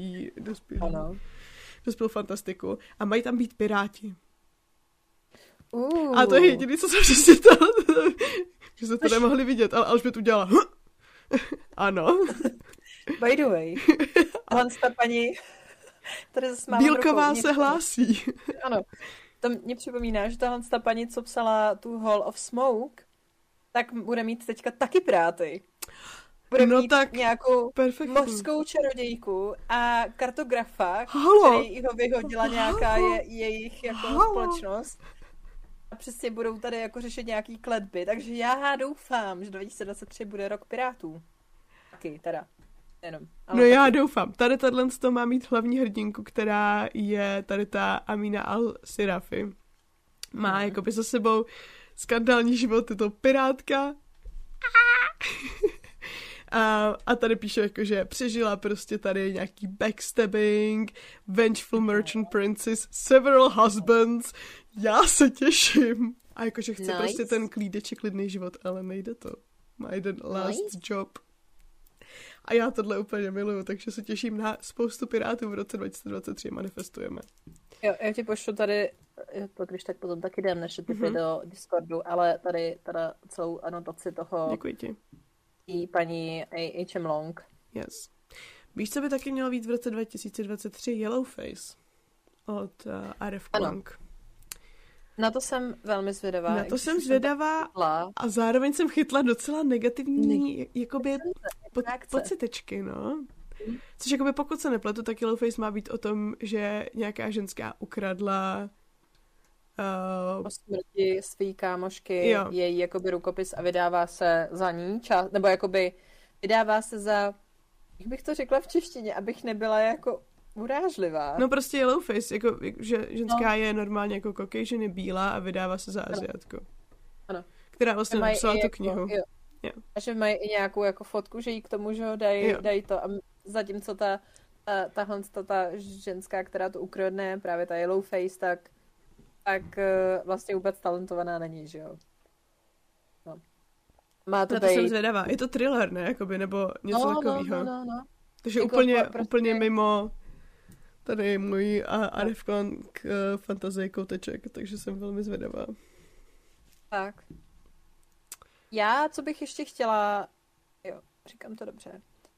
dospělou fantastiku a mají tam být piráti. A to je jediný, co jsem přečetla, že se to nemohli vidět, ale Alžbět udělala ano. By the way, ta paní tady zase mám Bílková se hlásí. Ano. To mě připomíná, že tahle ta paní, co psala tu Hall of Smoke, tak bude mít teďka taky piráty. Bude mít nějakou mořskou čarodějku a kartografa, který ho vyhodila nějaká jejich jako společnost. A přesně budou tady jako řešit nějaký kletby. Takže já doufám, že 2023 bude rok pirátů. Taky, teda. Jenom, no já doufám. Tady tohle má mít hlavní hrdinku, která je tady ta Amina al-Sirafi. Má jakoby za sebou skandální život, je to pirátka. A tady píše jako, že přežila prostě tady nějaký backstabbing, vengeful merchant princess, several husbands. Já se těším. A jakože chce prostě ten klidný život, ale nejde to. Má jeden last job. A já tohle úplně miluju, takže se těším na spoustu pirátů v roce 2023 manifestujeme. Jo, já ti pošlu tady, to když tak potom taky dám naše typy do Discordu, ale tady teda celou anotaci toho. Děkuji ti. I paní H.M. Long. Yes. Víš, co by taky mělo být v roce 2023? Yellowface od R.F. Kuang. Na to jsem velmi zvědavá. Na to jsem zvědavá a zároveň jsem chytla docela negativní jakoby pocitečky, no. Což jakoby pokud se nepletu, tak Yellowface má být o tom, že nějaká ženská ukradla o smrti svý kámošky, její jakoby rukopis a vydává se za ní, nebo jakoby vydává se za, jak bych to řekla v češtině, abych nebyla jako urážlivá. No prostě Yellowface, jako, že ženská je normálně jako Caucasian, je bílá a vydává se za Asiatku. Ano. Která vlastně napsala tu knihu. Jo. A že mají i nějakou jako fotku, že jí k tomu, že ho dají to. A zatímco ta ženská, která to ukradne, právě ta Yellowface, tak vlastně vůbec talentovaná není, že jo. No. Má to na to jsem zvědavá. Je to thriller, ne? Jakoby, nebo něco takového. No. Takže jako úplně mimo tady můj R.F. Kuang fantazie kouteček, takže jsem velmi zvědavá. Tak. Já, co bych ještě chtěla... Jo, říkám to dobře.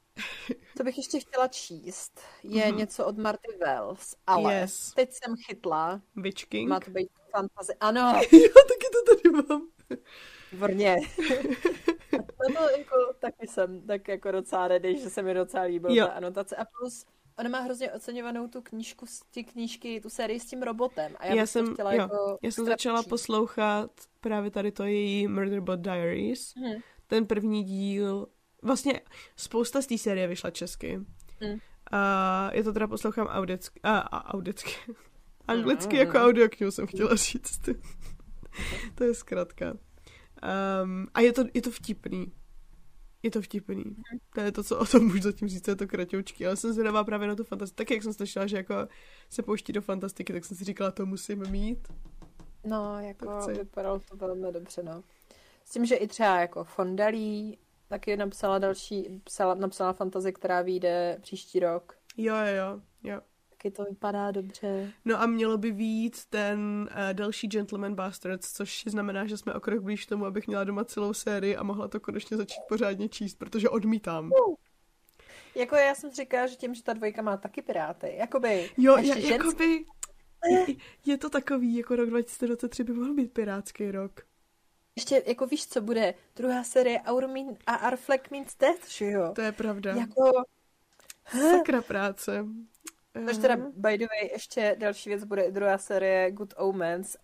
Co bych ještě chtěla číst, je něco od Marty Wells, ale teď jsem chytla. Witch King. Má to být fantasy. Ano. Jo, taky to tady mám. Výborně. No jako taky jsem tak jako docela ready, že se mi docela líbila ta anotace. A plus ona má hrozně oceňovanou tu knížku, ty knížky, tu sérii s tím robotem. A já jsem začala poslouchat právě tady to její Murderbot Diaries. Ten první díl, vlastně spousta z té série vyšla česky. A je to teda poslouchám audicky. Anglicky jako audioknihu jsem chtěla říct. To je zkratka. A je to vtipný. Je to vtipný. To je to, co o tom můžu zatím říct, je to kratoučky. Ale jsem zvědavá právě na tu fantastiku. Tak jak jsem slyšela, že jako se pouští do fantastiky, tak jsem si říkala, to musím mít. No, jako vypadalo to velmi dobře, no. S tím, že i třeba jako Fondalí taky napsala fantasy, která vyjde příští rok. Jo. Taky to vypadá dobře. No a mělo by vyjít ten další Gentleman Bastards, což znamená, že jsme o krok blíž tomu, abych měla doma celou sérii a mohla to konečně začít pořádně číst, protože odmítám. Jako já jsem říkala, že tím, že ta dvojka má taky piráty. Jakoby... Jo, jakoby... Je to takový, jako rok 2023 by mohl být pirátský rok. Ještě, jako víš, co bude? Druhá série Our Flag Means Death, že jo? To je pravda. Jako... Sakra práce. Takže teda, by the way, ještě další věc bude i druhá série Good Omens.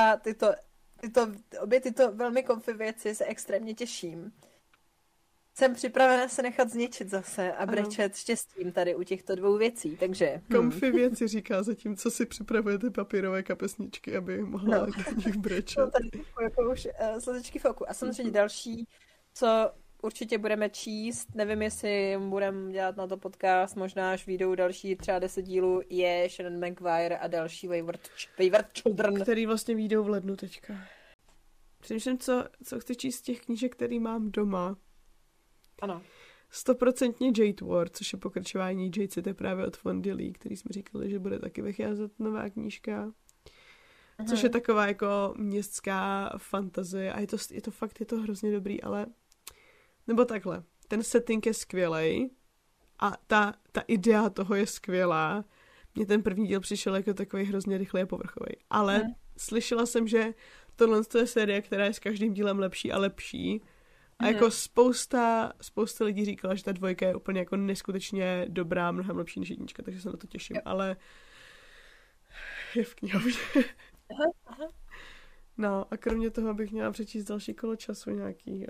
Obě tyto velmi comfy věci se extrémně těším. Jsem připravena se nechat zničit zase a brečet štěstím tady u těchto dvou věcí, takže... Comfy věci říká zatímco si připravujete papírové kapesničky, aby mohla v nich brečet. No, tady jako už slezečky v oku. A samozřejmě další, co určitě budeme číst, nevím, jestli budeme dělat na to podcast, možná až vyjdou další třeba 10 dílů, je Shannon McGuire a další Wayward Children. Který vlastně vyjdou v lednu teďka. Přemýšlím, co chci číst z těch knížek, který mám doma. Ano. 100% Jade War, což je pokračování Jade City právě od Fondilí, který jsme říkali, že bude taky vycházet nová knížka. Což je taková jako městská fantazie a je to hrozně dobrý, ale nebo takhle, ten setting je skvělej a ta idea toho je skvělá. Mně ten první díl přišel jako takový hrozně rychlý a povrchový, ale slyšela jsem, že tohle je série, která je s každým dílem lepší a lepší. A jako spousta lidí říkala, že ta dvojka je úplně jako neskutečně dobrá, mnohem lepší než jednička, takže se na to těším, ale je v knihovně. Aha. No a kromě toho bych měla přečíst další kolo času nějaký.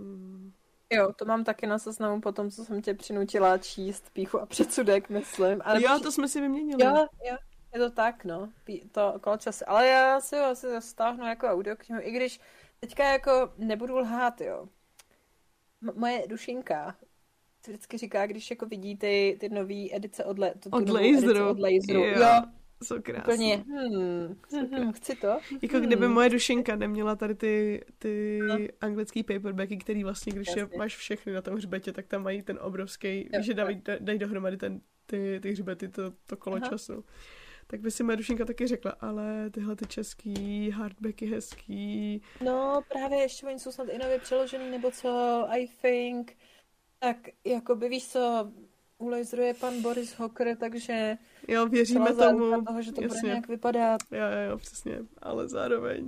Jo, to mám taky na seznamu po tom, co jsem tě přinutila číst Pýchu a předsudek, myslím. Jo, to jsme si vyměnili. Jo, je to tak, no, to kolo času. Ale já si ho asi stáhnu jako audioknihu, i když teďka jako nebudu lhát, jo. Moje dušinka vždycky říká, když jako vidí ty nový edice od Laseru. Jo. Jsou krásný. Úplně, chci to. Jako kdyby moje dušinka neměla tady ty anglický paperbacky, který vlastně, když je máš všechny na tom hřbetě, tak tam mají ten obrovský, že dají dohromady ty hřbety, to kolo času. Tak by si moje dušinka taky řekla, ale tyhle ty český hardbacky hezký. No právě ještě oni jsou snad i nově přeložený, nebo co, I think. Tak jako by víš co, u Laseru je pan Boris Hocker, takže jo, věříme tomu. Toho, že to bude nějak vypadat. Jo, přesně, ale zároveň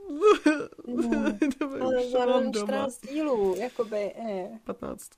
ale zároveň 14 dílů, jakoby, 15.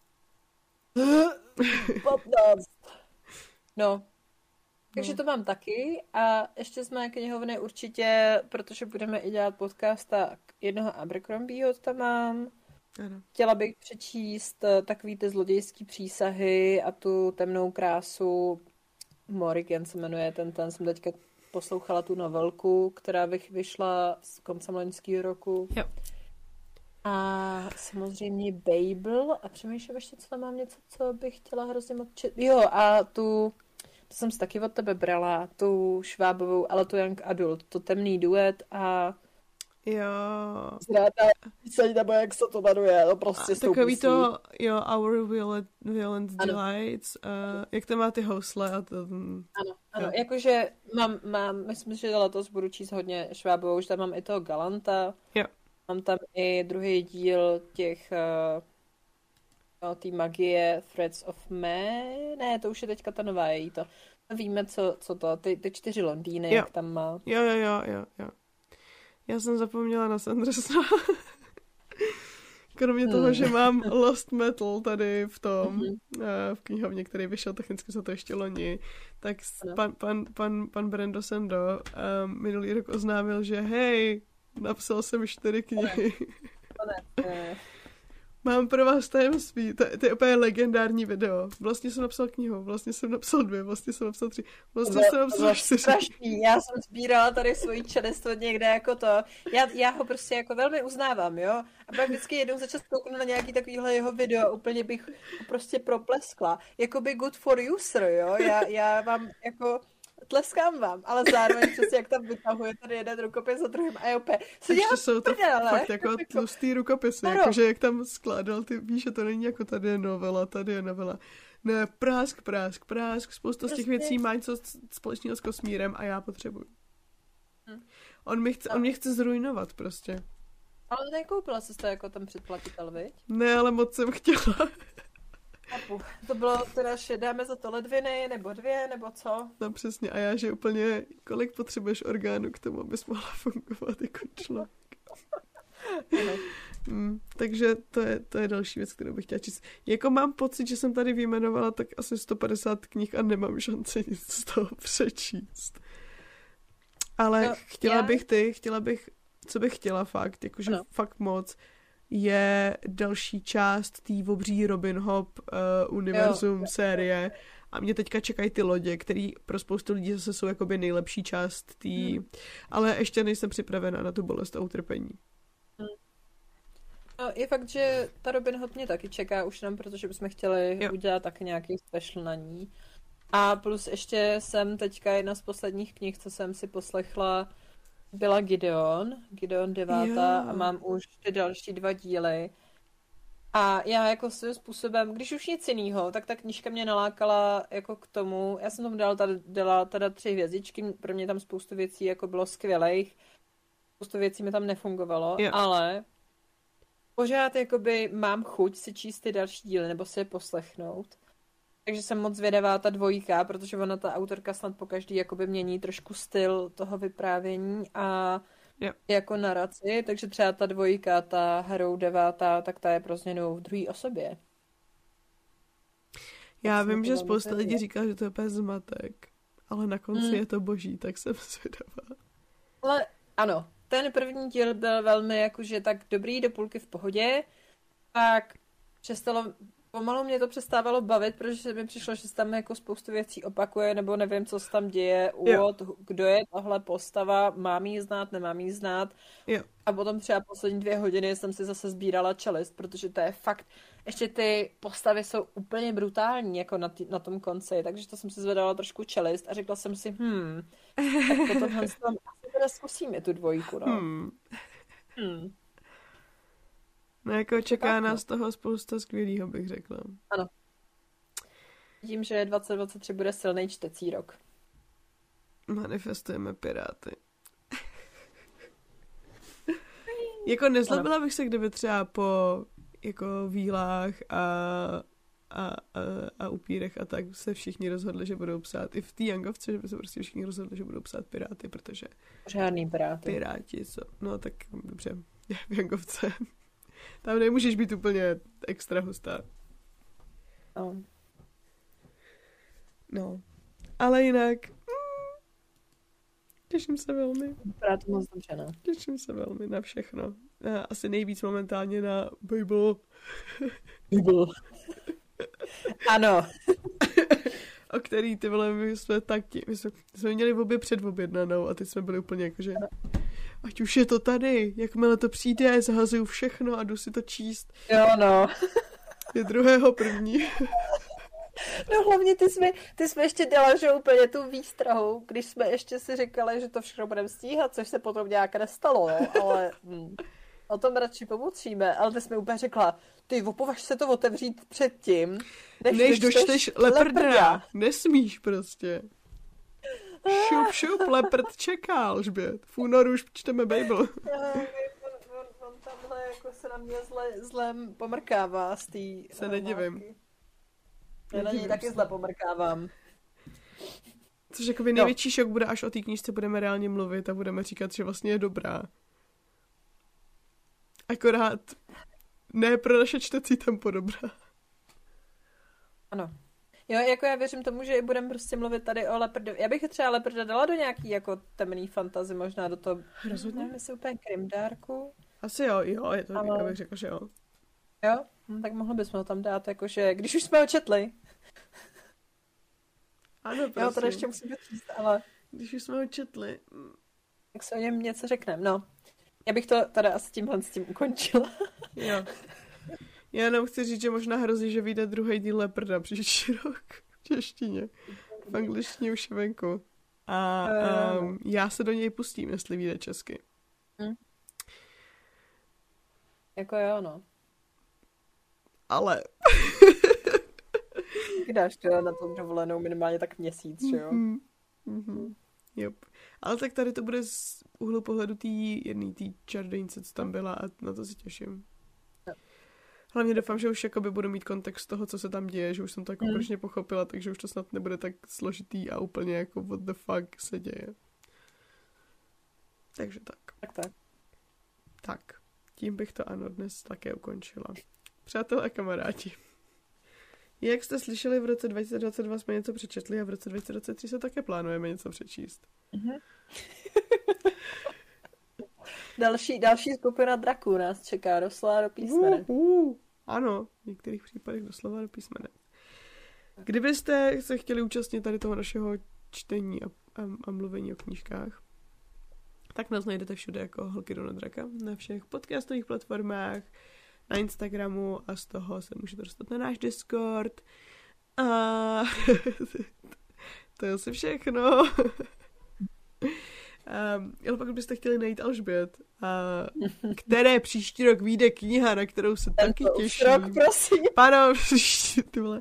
15. No. Takže to mám taky a ještě z mé knihovny určitě, protože budeme i dělat podcast, tak jednoho Abercrombieho tam mám. Ano. Chtěla bych přečíst takový ty zlodějský přísahy a tu temnou krásu. Morrigan se jmenuje, ten jsem teďka poslouchala tu novelku, která vyšla z koncem loňského roku. Jo. A samozřejmě Babel a přemýšlím ještě, co tam mám něco, co bych chtěla hrozně moc čet. Jo, a to jsem si taky od tebe brala, tu Švábovou, ale tu Young Adult, to temný duet a jo. Nebo jak se to jmenuje, to prostě takový to, jo, Our Violent Delights, jak to má ty housle a to... Ano, jakože mám, myslím, že letos budu číst hodně Švábovou, už tam mám i toho Galanta, jo. Mám tam i druhý díl těch no, té magie Threads of May. Ne, to už je teďka ta nová její to. Víme, co to, ty 4 Londýny, Jo. jak tam má. Jo. Já jsem zapomněla na Sandersona. Kromě toho, že mám Lost Metal tady v tom, v knihovně, který vyšel technicky za to ještě loni, tak pan Brando Sando minulý rok oznámil, že hej, napsal jsem 4 knihy. Mám pro vás tajemství, to je úplně legendární video. Vlastně jsem napsal knihu, vlastně jsem napsal 2, vlastně jsem napsal 3, vlastně jsem napsal 4. Strašný. Já jsem sbírala tady svoji čelistvo někde jako to. Já ho prostě jako velmi uznávám, jo. A pak vždycky jednou za čas kouknu na nějaký takovýhle jeho video, úplně bych ho prostě propleskla. Jakoby good for you, sir, jo. Já vám jako tleskám vám, ale zároveň přesně jak tam vytahuje tady jeden rukopis za druhým a je opět. Jsou to fakt jako tlustý rukopisy, jakože jak tam skládal, ty víš, že to není jako tady je novela. Ne, prásk, spousta z těch věcí má něco společného s kosmírem a já potřebuju. On mě chce zrujnovat prostě. Ale nekoupila jsi to jako ten předplatitel, viď? Ne, ale moc jsem chtěla. To bylo teda, že dáme za to ledviny, nebo 2, nebo co? No přesně, a já, že úplně, kolik potřebuješ orgánů k tomu, abys mohla fungovat jako člověk. Takže to je další věc, kterou bych chtěla číst. Jako mám pocit, že jsem tady vyjmenovala tak asi 150 knih a nemám šanci nic z toho přečíst. Ale no, chtěla bych, co bych chtěla fakt, jakože fakt moc, je další část té obří Robin Hood univerzum série a mě teďka čekají ty lodě, který pro spoustu lidí zase jsou jakoby nejlepší část ale ještě nejsem připravená na tu bolest a utrpení. No, je fakt, že ta Robin Hood mě taky čeká už jenom, protože bychom chtěli udělat taky nějaký special na ní. A plus ještě jsem teďka jedna z posledních knih, co jsem si poslechla, byla Gideon 9. a mám už ty další 2 díly. A já jako svým způsobem, když už nic jinýho, tak ta knížka mě nalákala jako k tomu, já jsem tomu dala teda 3 hvězdičky, pro mě tam spoustu věcí jako bylo skvělejch, spoustu věcí mi tam nefungovalo, ale pořád jakoby mám chuť si číst ty další díly, nebo si je poslechnout. Takže jsem moc zvědavá ta 2, protože ona ta autorka snad pokaždý jakoby mění trošku styl toho vyprávění a jako naraci, takže třeba ta 2, ta Harrow 9, tak ta je pro změnu v druhé osobě. Já vím, že spousta lidí říká, že to je úplně zmatek, ale na konci je to boží, tak jsem zvědavá. Ale ano, ten první díl byl velmi jakože tak dobrý, do půlky v pohodě, pak pomalu mě to přestávalo bavit, protože mi přišlo, že se tam jako spoustu věcí opakuje, nebo nevím, co se tam děje, kdo je tahle postava, mám jí znát, nemám jí znát. A potom třeba poslední 2 hodiny jsem si zase sbírala čelist, protože to je fakt, ještě ty postavy jsou úplně brutální, jako na tom konci, takže to jsem si zvedala trošku čelist a řekla jsem si, tak potom asi teda zkusíme tu 2, no. No jako čeká nás toho spousta skvělýho, bych řekla. Ano. Vidím, že 2023 bude silný čtecí rok. Manifestujeme piráty. Jako nezlobila bych se, kdyby třeba po jako vílách a upírech a tak se všichni rozhodli, že budou psát. I v té Youngovce, že by se prostě všichni rozhodli, že budou psát piráty, protože... Žádný piráty. Piráti jsou... No tak dobře, v Youngovce... Tam nemůžeš být úplně extra hustá. No. Ale jinak... Těším se velmi. Vypadá to moc dobře, no. Těším se velmi na všechno. Asi nejvíc momentálně na Bible. Bible. Ano. O který ty vole, my jsme měli v obě předobjednanou a teď jsme byli úplně jakože... Ať už je to tady, jakmile to přijde, zahazuju všechno a jdu si to číst. Jo, no. Je 2.1. No hlavně ty jsme ještě dělali, že úplně tu výstrahu, když jsme ještě si říkali, že to všechno budeme stíhat, což se potom nějak nestalo, jo, ale o tom radši pomůcíme, ale ty jsme úplně řekla, ty opovaž se to otevřít předtím, než dočteš Leprda. Nesmíš prostě. Šup, Leopard čeká, Alžbět. V únoru už čteme Bible. On tamhle jako se na mě zle pomrkává z té... Se nedivím. Já na něj taky zle pomrkávám. Což jakoby největší šok bude, až o té knížce budeme reálně mluvit a budeme říkat, že vlastně je dobrá. Akorát ne pro naše čtecí tempo dobrá. Ano. Jo, jako já věřím tomu, že budeme prostě mluvit tady o Leopardovi. Já bych třeba Leoparda dala do nějaký jako temný fantasy, možná do toho... Rozhodně. Nevím, jestli úplně Grimdarku. Asi jo, je to, Ale... já bych řekla, že jo. Jo? No, tak mohli bychom ho tam dát, jakože, když už jsme ho četli. Ano, prosím. Jo, to ještě musím číst, ale... Když už jsme ho četli. Tak se o něm něco řekneme, no. Já bych to tady asi tímhle s tím ukončila. Jo. Já jenom chci říct, že možná hrozí, že vyjde druhý díl Leoparda příští rok v češtině. V angličtině už je venku. A já se do něj pustím, jestli vyjde česky. Jako jo, no. Ale... Dáš to na tom dovolenou minimálně tak měsíc, že jo? Yep. Ale tak tady to bude z úhlu pohledu té čarodějnice, co tam byla, a na to si těším. Hlavně doufám, že už jakoby budu mít kontext toho, co se tam děje, že už jsem to jako konečně pochopila, takže už to snad nebude tak složitý a úplně jako what the fuck se děje. Takže tak. Tak. Tím bych to ano dnes také ukončila. Přátelé a kamarádi. Jak jste slyšeli, v roce 2022 jsme něco přečetli a v roce 2023 se také plánujeme něco přečíst. Další skupina draků nás čeká, doslova do písmene. Ano, v některých případech doslova do písmene. Kdybyste se chtěli účastnit tady toho našeho čtení a mluvení o knížkách, tak nás najdete všude jako Holky Dona Draka, na všech podcastových platformách, na Instagramu a z toho se můžete dostat na náš Discord. A to je asi všechno. Ale pokud byste chtěli najít Alžbět, které příští rok vyjde kniha, na kterou se taky těším. Rok, prosím. Ano, příští, ty vole.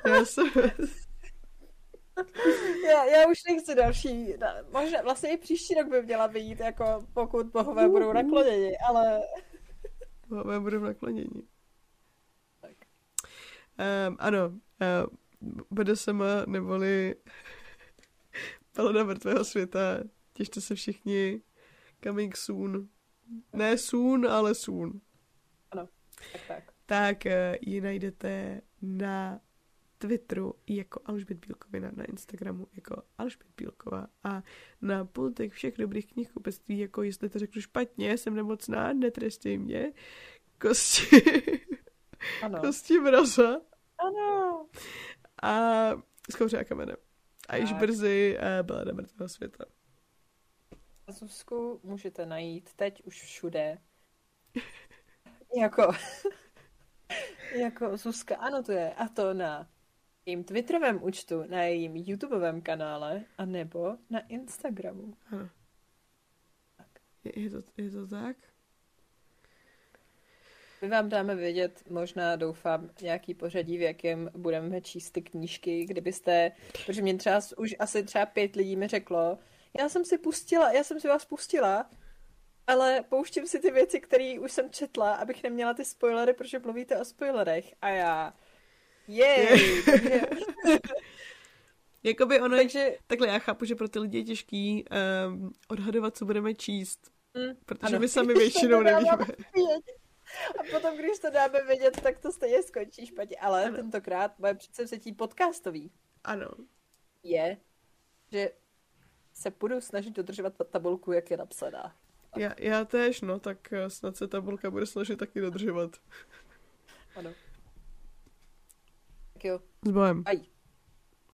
Já už nechci další, možná vlastně i příští rok by měla vyjít, jako pokud bohové budou nakloněni, ale... Bohové budou nakloněni. Tak. Ano, BDSM neboli Palada mrtvého světa. Těšte se všichni. Coming soon. Ne soon, ale soon. Ano, tak. Tak ji najdete na Twitteru jako Alžbět Bílkovina, na Instagramu jako Alžbět Bílková a na pultech všech dobrých knihkupectví, jako jestli to řeknu špatně, jsem nemocná, netrestej mě. Kosti mraza. Ano. A Skouře a kamene. A již brzy Balada mrtvého světa. Zuzku můžete najít teď už všude. jako Zuzka anotuje, a to na jejím Twitterovém účtu, na jejím YouTubeovém kanále, anebo na Instagramu. Ano. Tak. Je to tak? My vám dáme vědět, možná doufám, nějaký pořadí, v jakém budeme číst ty knížky, kdybyste, protože mě třeba už asi třeba 5 lidí mi řeklo, já jsem si vás pustila, ale pouštím si ty věci, které už jsem četla, abych neměla ty spoilery, protože mluvíte o spoilerech. A já, Jakoby ono, takže... Takhle já chápu, že pro ty lidi je těžký odhadovat, co budeme číst, protože my sami většinou nevíme. A potom, když to dáme vědět, tak to stejně skončí špatně. Ale tentokrát moje předsevzetí podcastový je, že se budu snažit dodržovat tabulku, jak je napsaná. Já též, no, tak snad se tabulka bude snažit taky dodržovat. Ano. Tak jo. S Bohem. Aj.